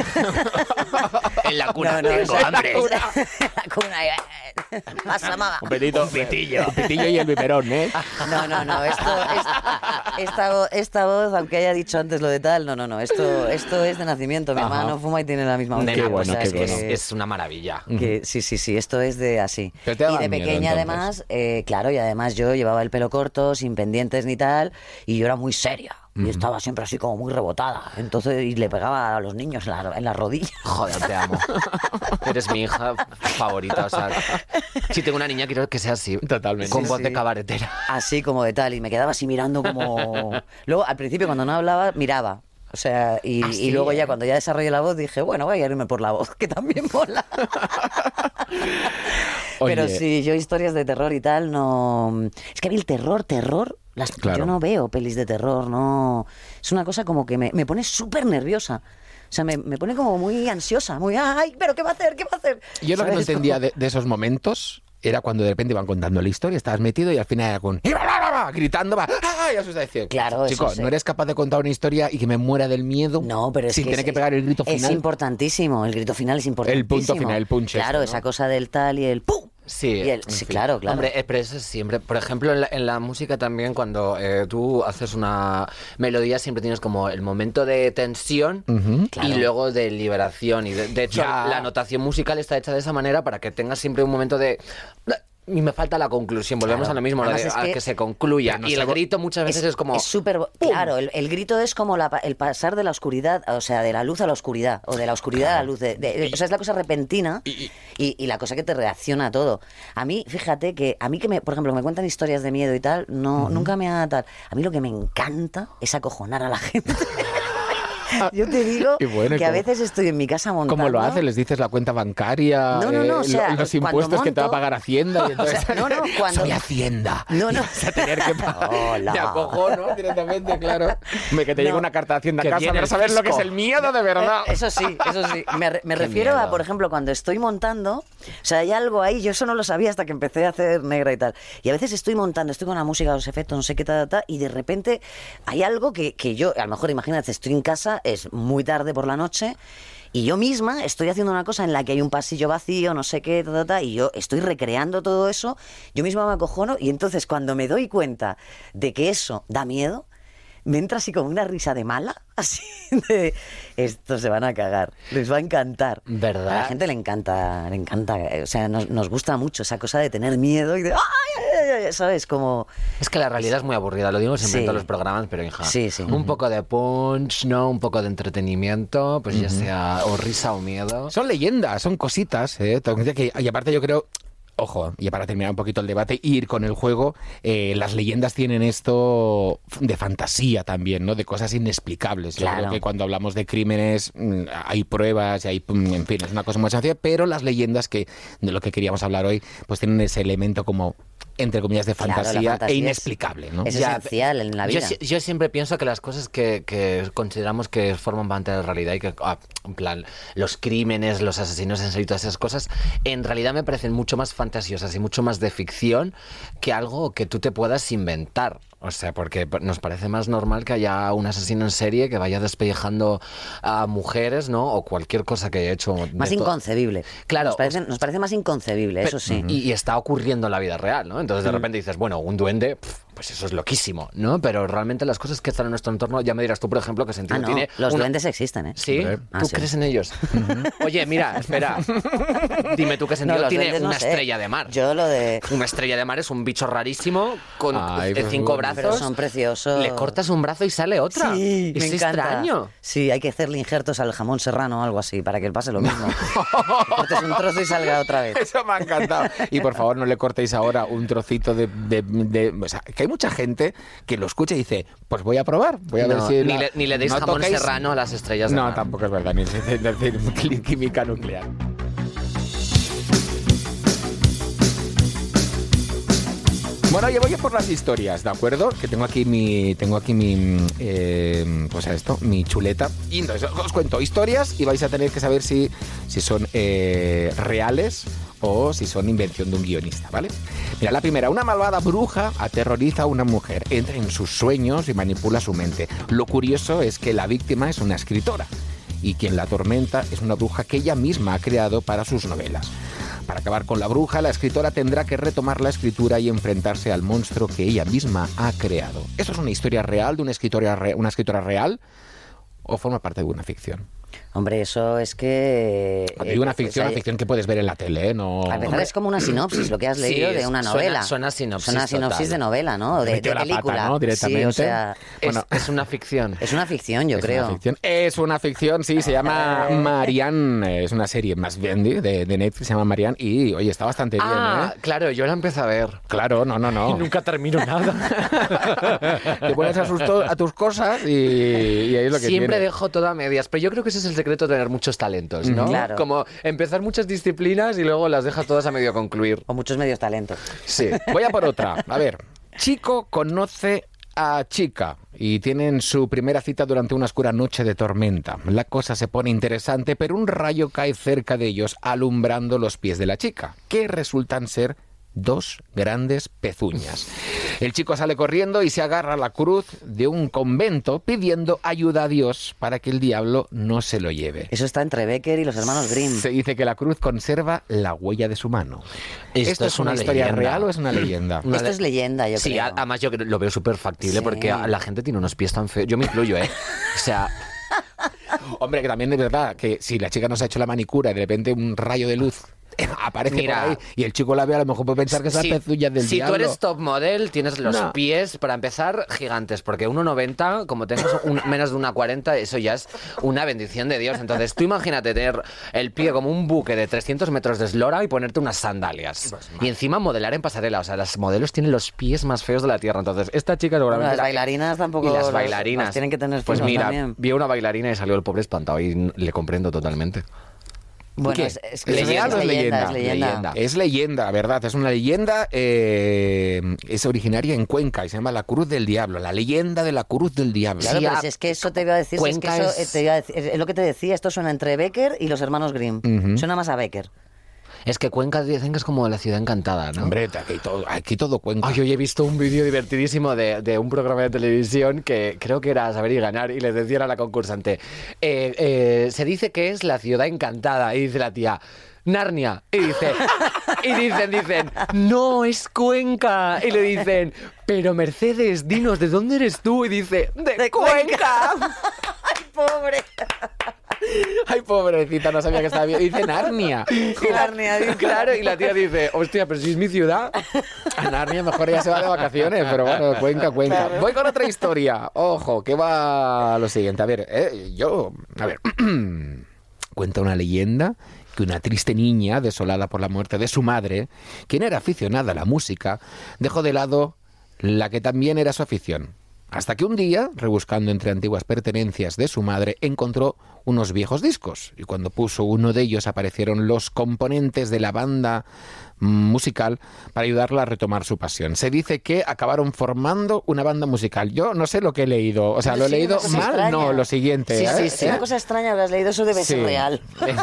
En la cuna No, tengo esa- hambre. La cuna. Pasa, mamá. Un pitillo y el biberón, ¿eh? No, esta voz, aunque haya dicho antes lo de tal, no, esto es de nacimiento. Mi Ajá. hermano fuma y tiene la misma voz. Nena, Qué pues bueno, es qué que bueno. es una maravilla. Sí, esto es de así. Pero te Y daban de miedo, pequeña, entonces. además, claro, y además yo llevaba el pelo corto, sin pendientes ni tal, y yo era muy seria. Y estaba siempre así como muy rebotada. Entonces, y le pegaba a los niños en la rodilla. Joder, te amo. Eres mi hija favorita. O sea, si tengo una niña, quiero que sea así. Totalmente. Con Sí, voz de sí. cabaretera. Así como de tal, y me quedaba así mirando como... Luego, al principio, cuando no hablaba, miraba. O sea, y luego ya cuando ya desarrollé la voz, dije, bueno, voy a irme por la voz, que también mola. Oye. Pero sí, yo historias de terror y tal, no... Es que a mí el terror, Claro. yo no veo pelis de terror, no... Es una cosa como que me pone súper nerviosa. O sea, me pone como muy ansiosa, muy, ay, pero ¿qué va a hacer? ¿Qué va a hacer? Yo lo que no ¿Sabes? entendía de esos momentos era cuando de repente iban contando la historia, estabas metido y al final era con... gritando, y asusta decir, Claro, chico, eso sí. ¿no eres capaz de contar una historia y que me muera del miedo? No, pero es sin que tener que pegar el grito final. Es importantísimo, el grito final es importantísimo. El punto final, el punch Claro, este, ¿no? esa cosa del tal y el ¡pum! Sí, Y el, sí, claro. Hombre, pero eso es siempre. Por ejemplo, en la música también, cuando tú haces una melodía, siempre tienes como el momento de tensión Ujú. y luego de liberación. Y de hecho, Ya. la notación musical está hecha de esa manera para que tengas siempre un momento de... y me falta la conclusión. Volvemos a lo mismo, a que se concluya. Y el grito muchas veces es como... Es súper... Claro, el grito es como el pasar de la oscuridad, o sea, de la luz a la oscuridad, o de la oscuridad a la luz. O sea, es la cosa repentina y la cosa que te reacciona a todo. A mí, fíjate que... por ejemplo, me cuentan historias de miedo y tal, nunca me ha tal... A mí lo que me encanta es acojonar a la gente. Yo te digo que a veces estoy en mi casa montando... ¿Cómo lo haces? ¿Les dices la cuenta bancaria? No, o sea, los impuestos que te va a pagar Hacienda. Y entonces, o sea, cuando... Soy Hacienda. No. Vas a tener que pagar. Hola. Te acojono directamente, claro. Que te llegue una carta de Hacienda a casa para saber lo que es el miedo de verdad. Eso sí. Me refiero a, por ejemplo, cuando estoy montando, o sea, hay algo ahí, yo eso no lo sabía hasta que empecé a hacer negra y tal. Y a veces estoy montando, estoy con la música, los efectos, no sé qué, y de repente hay algo que yo, a lo mejor, imagínate, estoy en casa, es muy tarde por la noche y yo misma estoy haciendo una cosa en la que hay un pasillo vacío, no sé qué, y yo estoy recreando todo eso, yo misma me acojono y entonces cuando me doy cuenta de que eso da miedo, me entra así como una risa de mala, así de estos se van a cagar, les va a encantar. ¿Verdad? A la gente le encanta, o sea, nos gusta mucho esa cosa de tener miedo y de ¡ay! ¿Sabes? Como... Es que la realidad es muy aburrida, lo digo siempre en todos los programas, pero hija, un poco de punch, ¿no? Un poco de entretenimiento, pues ya sea o risa o miedo. Son leyendas, son cositas, y aparte yo creo... Ojo, y para terminar un poquito el debate, ir con el juego, las leyendas tienen esto de fantasía también, ¿no? De cosas inexplicables. Claro. Yo creo que cuando hablamos de crímenes hay pruebas y hay, en fin, es una cosa muy sencilla, pero las leyendas de lo que queríamos hablar hoy, pues tienen ese elemento como, entre comillas, de fantasía, e inexplicable, ¿no? Es esencial en la vida. Yo siempre pienso que las cosas que consideramos que forman parte de la realidad y que, en plan, los crímenes, los asesinos en serie y todas esas cosas, en realidad me parecen mucho más fantasiosas y mucho más de ficción que algo que tú te puedas inventar. O sea, porque nos parece más normal que haya un asesino en serie que vaya despellejando a mujeres, ¿no? O cualquier cosa que haya hecho. Más inconcebible. Claro. Nos parece más inconcebible, eso sí. Y está ocurriendo en la vida real, ¿no? Entonces de repente dices, bueno, un duende, pues eso es loquísimo, ¿no? Pero realmente las cosas que están en nuestro entorno, ya me dirás tú, por ejemplo, qué sentido tiene. Los duendes existen, ¿eh? ¿Sí? ¿Tú crees en ellos? Oye, mira, espera. Dime tú qué sentido tiene una estrella de mar. Yo lo de... Una estrella de mar es un bicho rarísimo con 5 brazos. Pero son preciosos. Le cortas un brazo y sale otra. Sí, es me encanta. Extraño. Sí, hay que hacerle injertos al jamón serrano o algo así para que pase lo mismo. Cortes un trozo y salga otra vez. Eso me ha encantado. Y por favor, no le cortéis ahora un trocito o sea, que hay mucha gente que lo escucha y dice, pues voy a probar, voy a ver si... Ni le deis jamón serrano a las estrellas de mar. No, tampoco es verdad, ni decir química nuclear. Bueno, yo voy a por las historias, ¿de acuerdo? Que tengo aquí mi chuleta. Y entonces os cuento historias y vais a tener que saber si son reales o si son invención de un guionista, ¿vale? Mira, la primera, una malvada bruja aterroriza a una mujer, entra en sus sueños y manipula su mente. Lo curioso es que la víctima es una escritora y quien la atormenta es una bruja que ella misma ha creado para sus novelas. Para acabar con la bruja, la escritora tendrá que retomar la escritura y enfrentarse al monstruo que ella misma ha creado. ¿Eso es una historia real de una escritora real o forma parte de una ficción? Hombre, eso es que... Cuando digo una ficción que puedes ver en la tele, ¿eh? No... A empezar es como una sinopsis, lo que has leído de una novela. Suena sinopsis. Suena sinopsis de novela, ¿no? De película. Pata, ¿no? Directamente. Sí, o sea... Es una ficción. Es una ficción, yo creo. Es una ficción, sí, se llama Marianne. Es una serie más bien de Netflix, se llama Marianne y, oye, está bastante bien, ¿eh? Claro, yo la empecé a ver. Claro, no. Y nunca termino nada. Te pones a tus cosas y ahí es lo que Siempre tiene. dejo todo a medias, pero yo creo que ese es el secreto de tener muchos talentos, ¿no? Claro. Como empezar muchas disciplinas y luego las dejas todas a medio concluir. O muchos medios talentos. Sí. Voy a por otra. A ver, chico conoce a chica y tienen su primera cita durante una oscura noche de tormenta. La cosa se pone interesante, pero un rayo cae cerca de ellos, alumbrando los pies de la chica, que resultan ser 2 grandes pezuñas. El chico sale corriendo y se agarra a la cruz de un convento pidiendo ayuda a Dios para que el diablo no se lo lleve. Eso está entre Becker y los hermanos Grimm. Se dice que la cruz conserva la huella de su mano. ¿Esto es una historia real o es una leyenda? Esto es leyenda, yo creo. Sí, además yo lo veo súper factible porque la gente tiene unos pies tan feos. Yo me incluyo, ¿eh? O sea... Hombre, que también es verdad que si la chica no se ha hecho la manicura y de repente un rayo de luz aparece por ahí y el chico la ve, a lo mejor puede pensar que es la pezuña del diablo. Si tú eres top model, tienes los pies, para empezar, gigantes, porque 1,90, como tengas menos de 1,40, eso ya es una bendición de Dios. Entonces tú imagínate tener el pie como un buque de 300 metros de eslora y ponerte unas sandalias. Pues, y encima modelar en pasarela. O sea, las modelos tienen los pies más feos de la tierra. Entonces, esta chica seguramente... Las bailarinas tampoco... Y las bailarinas. Tienen que tener pues mira, también. Vi una bailarina y salió el pobre espantado y le comprendo totalmente. Bueno, es leyenda. Es leyenda, ¿verdad? Es una leyenda, es originaria en Cuenca y se llama la Cruz del Diablo, la leyenda de la Cruz del Diablo. Claro, pero si es que eso te iba a decir, es lo que te decía, esto suena entre Becker y los hermanos Grimm. Suena más a Becker. Es que Cuenca dicen que es como la ciudad encantada, ¿no? Hombre, aquí todo Cuenca. Ay, hoy he visto un vídeo divertidísimo de un programa de televisión que creo que era Saber y Ganar, y le decían a la concursante, se dice que es la ciudad encantada, y dice la tía, Narnia, y dicen, no, es Cuenca, y le dicen, pero Mercedes, dinos, ¿de dónde eres tú? Y dice, ¡de Cuenca! ¡Ay, pobre! Ay, pobrecita, no sabía que estaba bien. Dice Narnia. Narnia, claro, y la tía dice, hostia, pero si es mi ciudad. A Narnia mejor ella se va de vacaciones, pero bueno, Cuenca. Claro. Voy con otra historia. Ojo, que va lo siguiente. A ver, cuenta una leyenda que una triste niña, desolada por la muerte de su madre, quien era aficionada a la música, dejó de lado la que también era su afición. Hasta que un día, rebuscando entre antiguas pertenencias de su madre, encontró unos viejos discos. Y cuando puso uno de ellos, aparecieron los componentes de la banda musical para ayudarla a retomar su pasión. Se dice que acabaron formando una banda musical. Yo no sé lo que he leído. O sea, ¿lo he leído mal? Extraña. No, lo siguiente. Sí. Una cosa extraña, lo has leído, eso debe ser real.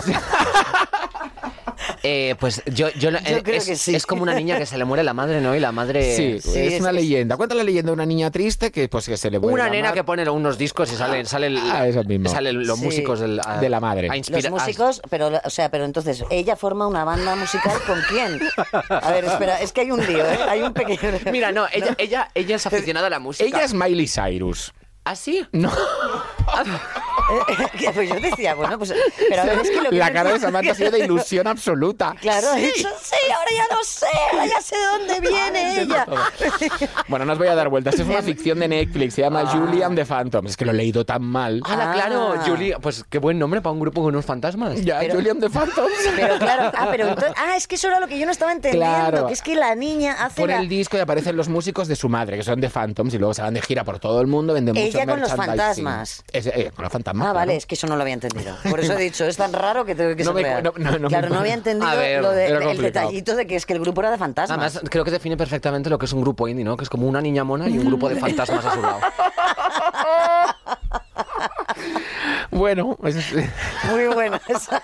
Pues yo creo que sí. Es como una niña que se le muere la madre, ¿no? Y la madre... Sí, es una leyenda. Cuenta la leyenda de una niña triste que se le muere una la nena madre. Que pone unos discos y salen los músicos de la madre. Los músicos, pero entonces, ¿ella forma una banda musical con quién? A ver, espera, es que hay un lío, ¿eh? Hay un pequeño... Mira, no, ella es aficionada a la música. Ella es Miley Cyrus. ¿Ah, sí? No. Pues yo decía, bueno, pues... Pero a ver, es que la cara de Samantha ha sido de ilusión absoluta. Claro, sí. He dicho, sí, ahora ya no sé, ahora ya sé de dónde viene ella. Bueno, no os voy a dar vueltas, es una ficción de Netflix, se llama Julie and the Phantoms, es que lo he leído tan mal. Claro, Julie, pues qué buen nombre para un grupo con unos fantasmas. Ya, Julie and the Phantoms. Pero claro, es que eso era lo que yo no estaba entendiendo, claro. Que es que la niña hace Pone el disco y aparecen los músicos de su madre, que son The Phantoms, y luego se van de gira por todo el mundo, venden mucho ella con los fantasmas. Con los fantasmas. Vale, claro. Es que eso no lo había entendido. Por eso he dicho, es tan raro que tengo que ser real. Claro, no había entendido el detallito de que es que el grupo era de fantasmas. Además, creo que define perfectamente lo que es un grupo indie, ¿no? Que es como una niña mona y un grupo de fantasmas a su lado. Bueno, muy buena esa.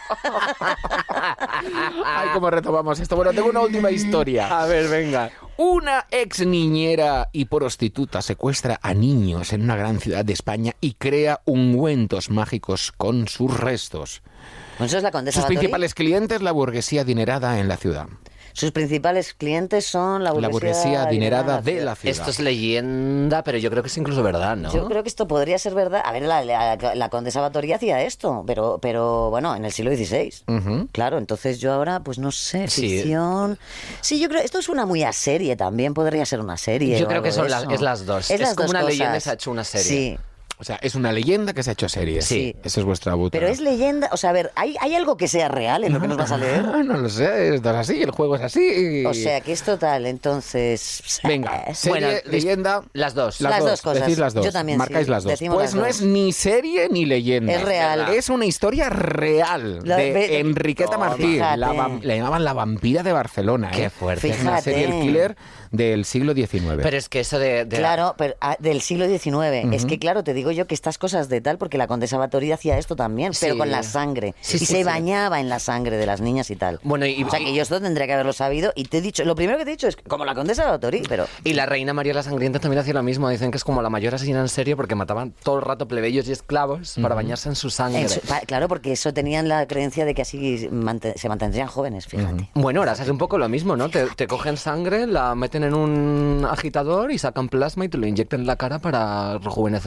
Ay, cómo retomamos esto. Bueno, tengo una última historia. A ver, venga. Una ex niñera y prostituta secuestra a niños en una gran ciudad de España y crea ungüentos mágicos con sus restos. ¿Eso es la Condesa Sus Batory? principales clientes, la burguesía adinerada en la ciudad. Sus principales clientes son la burguesía adinerada de la ciudad. Esto es leyenda, pero yo creo que es incluso verdad, ¿no? Yo creo que esto podría ser verdad. A ver, la Condesa Batory hacía esto, pero bueno, en el siglo XVI. Uh-huh. Claro, entonces yo ahora, pues no sé, ficción... Sí, yo creo esto suena muy a serie también, podría ser una serie. Yo creo que es las dos. Es como una leyenda y se ha hecho una serie. Sí. O sea, es una leyenda que se ha hecho serie. Sí. Eso es vuestra buta. Pero es leyenda... O sea, a ver, ¿hay algo que sea real en lo que nos vas a leer? No lo sé, esto es así, el juego es así. O sea, que es total, entonces... Venga, serie, leyenda... Las dos. Las dos cosas. Decís las dos. Yo también, marcáis las dos. Decimos pues las no dos. Es ni serie ni leyenda. Es real. Es una historia real de Enriqueta Martí. La llamaban la vampira de Barcelona. Qué fuerte. Es una serial killer del siglo XIX. Pero es que eso de Claro, pero, del siglo XIX. Uh-huh. Es que, claro, te digo yo que estas cosas de tal, porque la Condesa Batory hacía esto también, pero con la sangre. Y se bañaba en la sangre de las niñas y tal. Bueno, o sea, que yo esto tendría que haberlo sabido. Y te he dicho, lo primero que te he dicho es como la Condesa Batory, pero... Y la reina María la Sangrienta también hacía lo mismo. Dicen que es como la mayor asesina en serie porque mataban todo el rato plebeyos y esclavos para bañarse en su sangre. Claro, porque eso tenían la creencia de que así se mantendrían jóvenes, fíjate. Bueno, ahora se hace un poco lo mismo, ¿no? Te cogen sangre, la meten en un agitador y sacan plasma y te lo inyectan en la cara para rejuvenecer las células.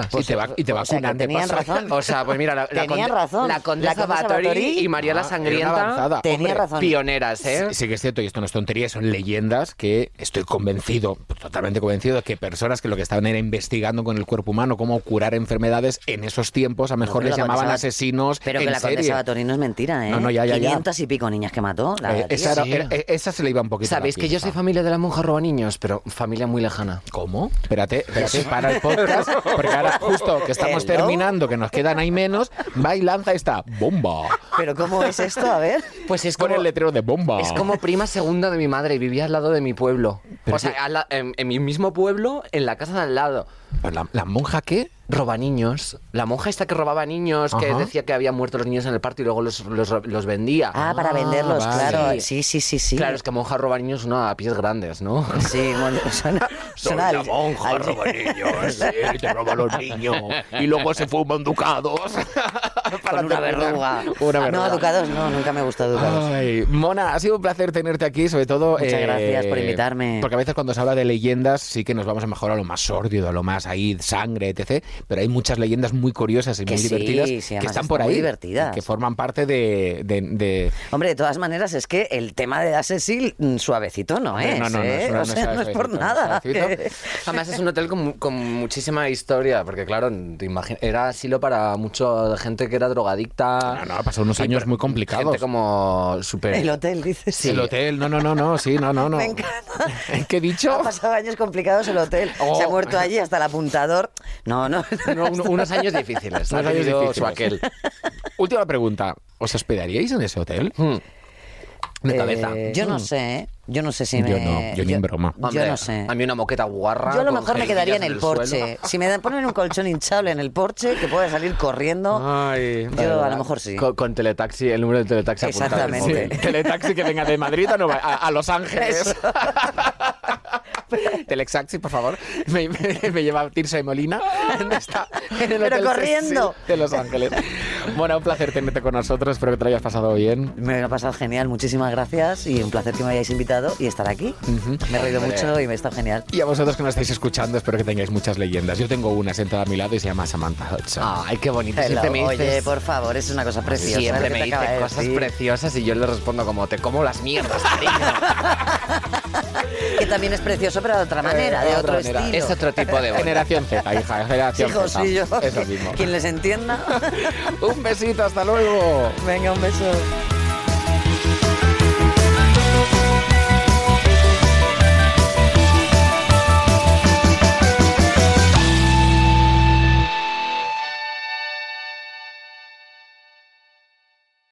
españolas. Pues y te vacunan. Tenían razón. O sea, pues mira, Tenían razón. La Condesa Báthory y María la Sangrienta, tenía razón. pioneras, ¿eh? Sí que es cierto, y esto no es tontería, son leyendas que estoy convencido, totalmente convencido, de que personas que lo que estaban era investigando con el cuerpo humano cómo curar enfermedades, en esos tiempos a lo mejor les llamaban asesinos. Pero que en la serie. Condesa Báthory no es mentira, ¿eh? No, ya. 500 y pico niñas que mató. Esa se le iba un poquito. Sabéis que yo soy familia de la monja roba niños, pero familia muy lejana. ¿Cómo? Espérate, para el podcast, porque ahora justo que estamos terminando, que nos quedan ahí menos, va y lanza esta bomba. ¿Pero cómo es esto? A ver. Pues es Pon como el letrero de bomba. Es como prima segunda de mi madre y vivía al lado de mi pueblo. Pero o sea, en mi mismo pueblo, en la casa de al lado. ¿La monja qué? Roba niños. La monja esta que robaba niños, que decía que habían muerto los niños en el parto y luego los vendía. Para venderlos, vale. claro. Sí. Claro, es que monja roba niños uno a pies grandes, ¿no? Sí, bueno, suena la monja roba niños, sí, te roba los niños y luego se fuman ducados. Con una verruga. No, ducados no, nunca me ha gustado ducados. Ay, Mona, ha sido un placer tenerte aquí, sobre todo... Muchas gracias por invitarme. Porque a veces cuando se habla de leyendas sí que nos vamos a mejor a lo más sórdido, a lo más ahí, sangre, etc. Pero hay muchas leyendas muy curiosas y muy divertidas que están por ahí. Muy divertidas. Que forman parte de... Hombre, de todas maneras, es que el tema de la Cecil, suavecito no es, no es por nada. Además es un hotel con muchísima historia, porque claro, te era asilo para mucha gente que era drogadicta. No, pasó unos años muy complicados. Gente como súper... El hotel, dices. Sí. El hotel, no, sí, no. Me encanta. ¿Qué he dicho? Ha pasado años complicados el hotel. Se ha muerto allí hasta el apuntador. No. Unos años difíciles. Unos años difíciles. Su aquel. Última pregunta. ¿Os hospedaríais en ese hotel? De cabeza. Yo no sé, Yo no sé si me... Yo ni en broma. Hombre, yo no sé. A mí una moqueta guarra. Yo a lo con mejor me quedaría en jeringuillas el suelo. porche. Si me ponen un colchón hinchable en el porche, que pueda salir corriendo, Ay, yo a lo mejor sí. Con teletaxi, el número de teletaxi apuntado en el Exactamente. móvil. Teletaxi que venga de Madrid a Los Ángeles. Telexaxi, por favor. Me lleva a Tirsa y Molina. ¿Dónde está? En el Pero Hotel corriendo. Sexy de Los Ángeles. Bueno, un placer tenerte con nosotros. Espero que te lo hayas pasado bien. Me lo ha pasado genial, muchísimas gracias y un placer que me hayáis invitado y estar aquí. Me he reído mucho y me ha estado genial. Y a vosotros que nos estáis escuchando, espero que tengáis muchas leyendas. Yo tengo una sentada a mi lado y se llama Samantha Hudson. Ay, qué bonito. Hello. Siempre me Oye, dices... por favor, es una cosa preciosa. Siempre lo que me te acaba dice de cosas decir. preciosas y yo le respondo como te como las mierdas, cariño. Que también es precioso, pero de otra manera, de otro manera. estilo. Es otro tipo de onda. Generación Z, hija, generación Hijos Z. y yo. Es lo mismo. Quien les entienda. Un besito, hasta luego. Venga, un beso.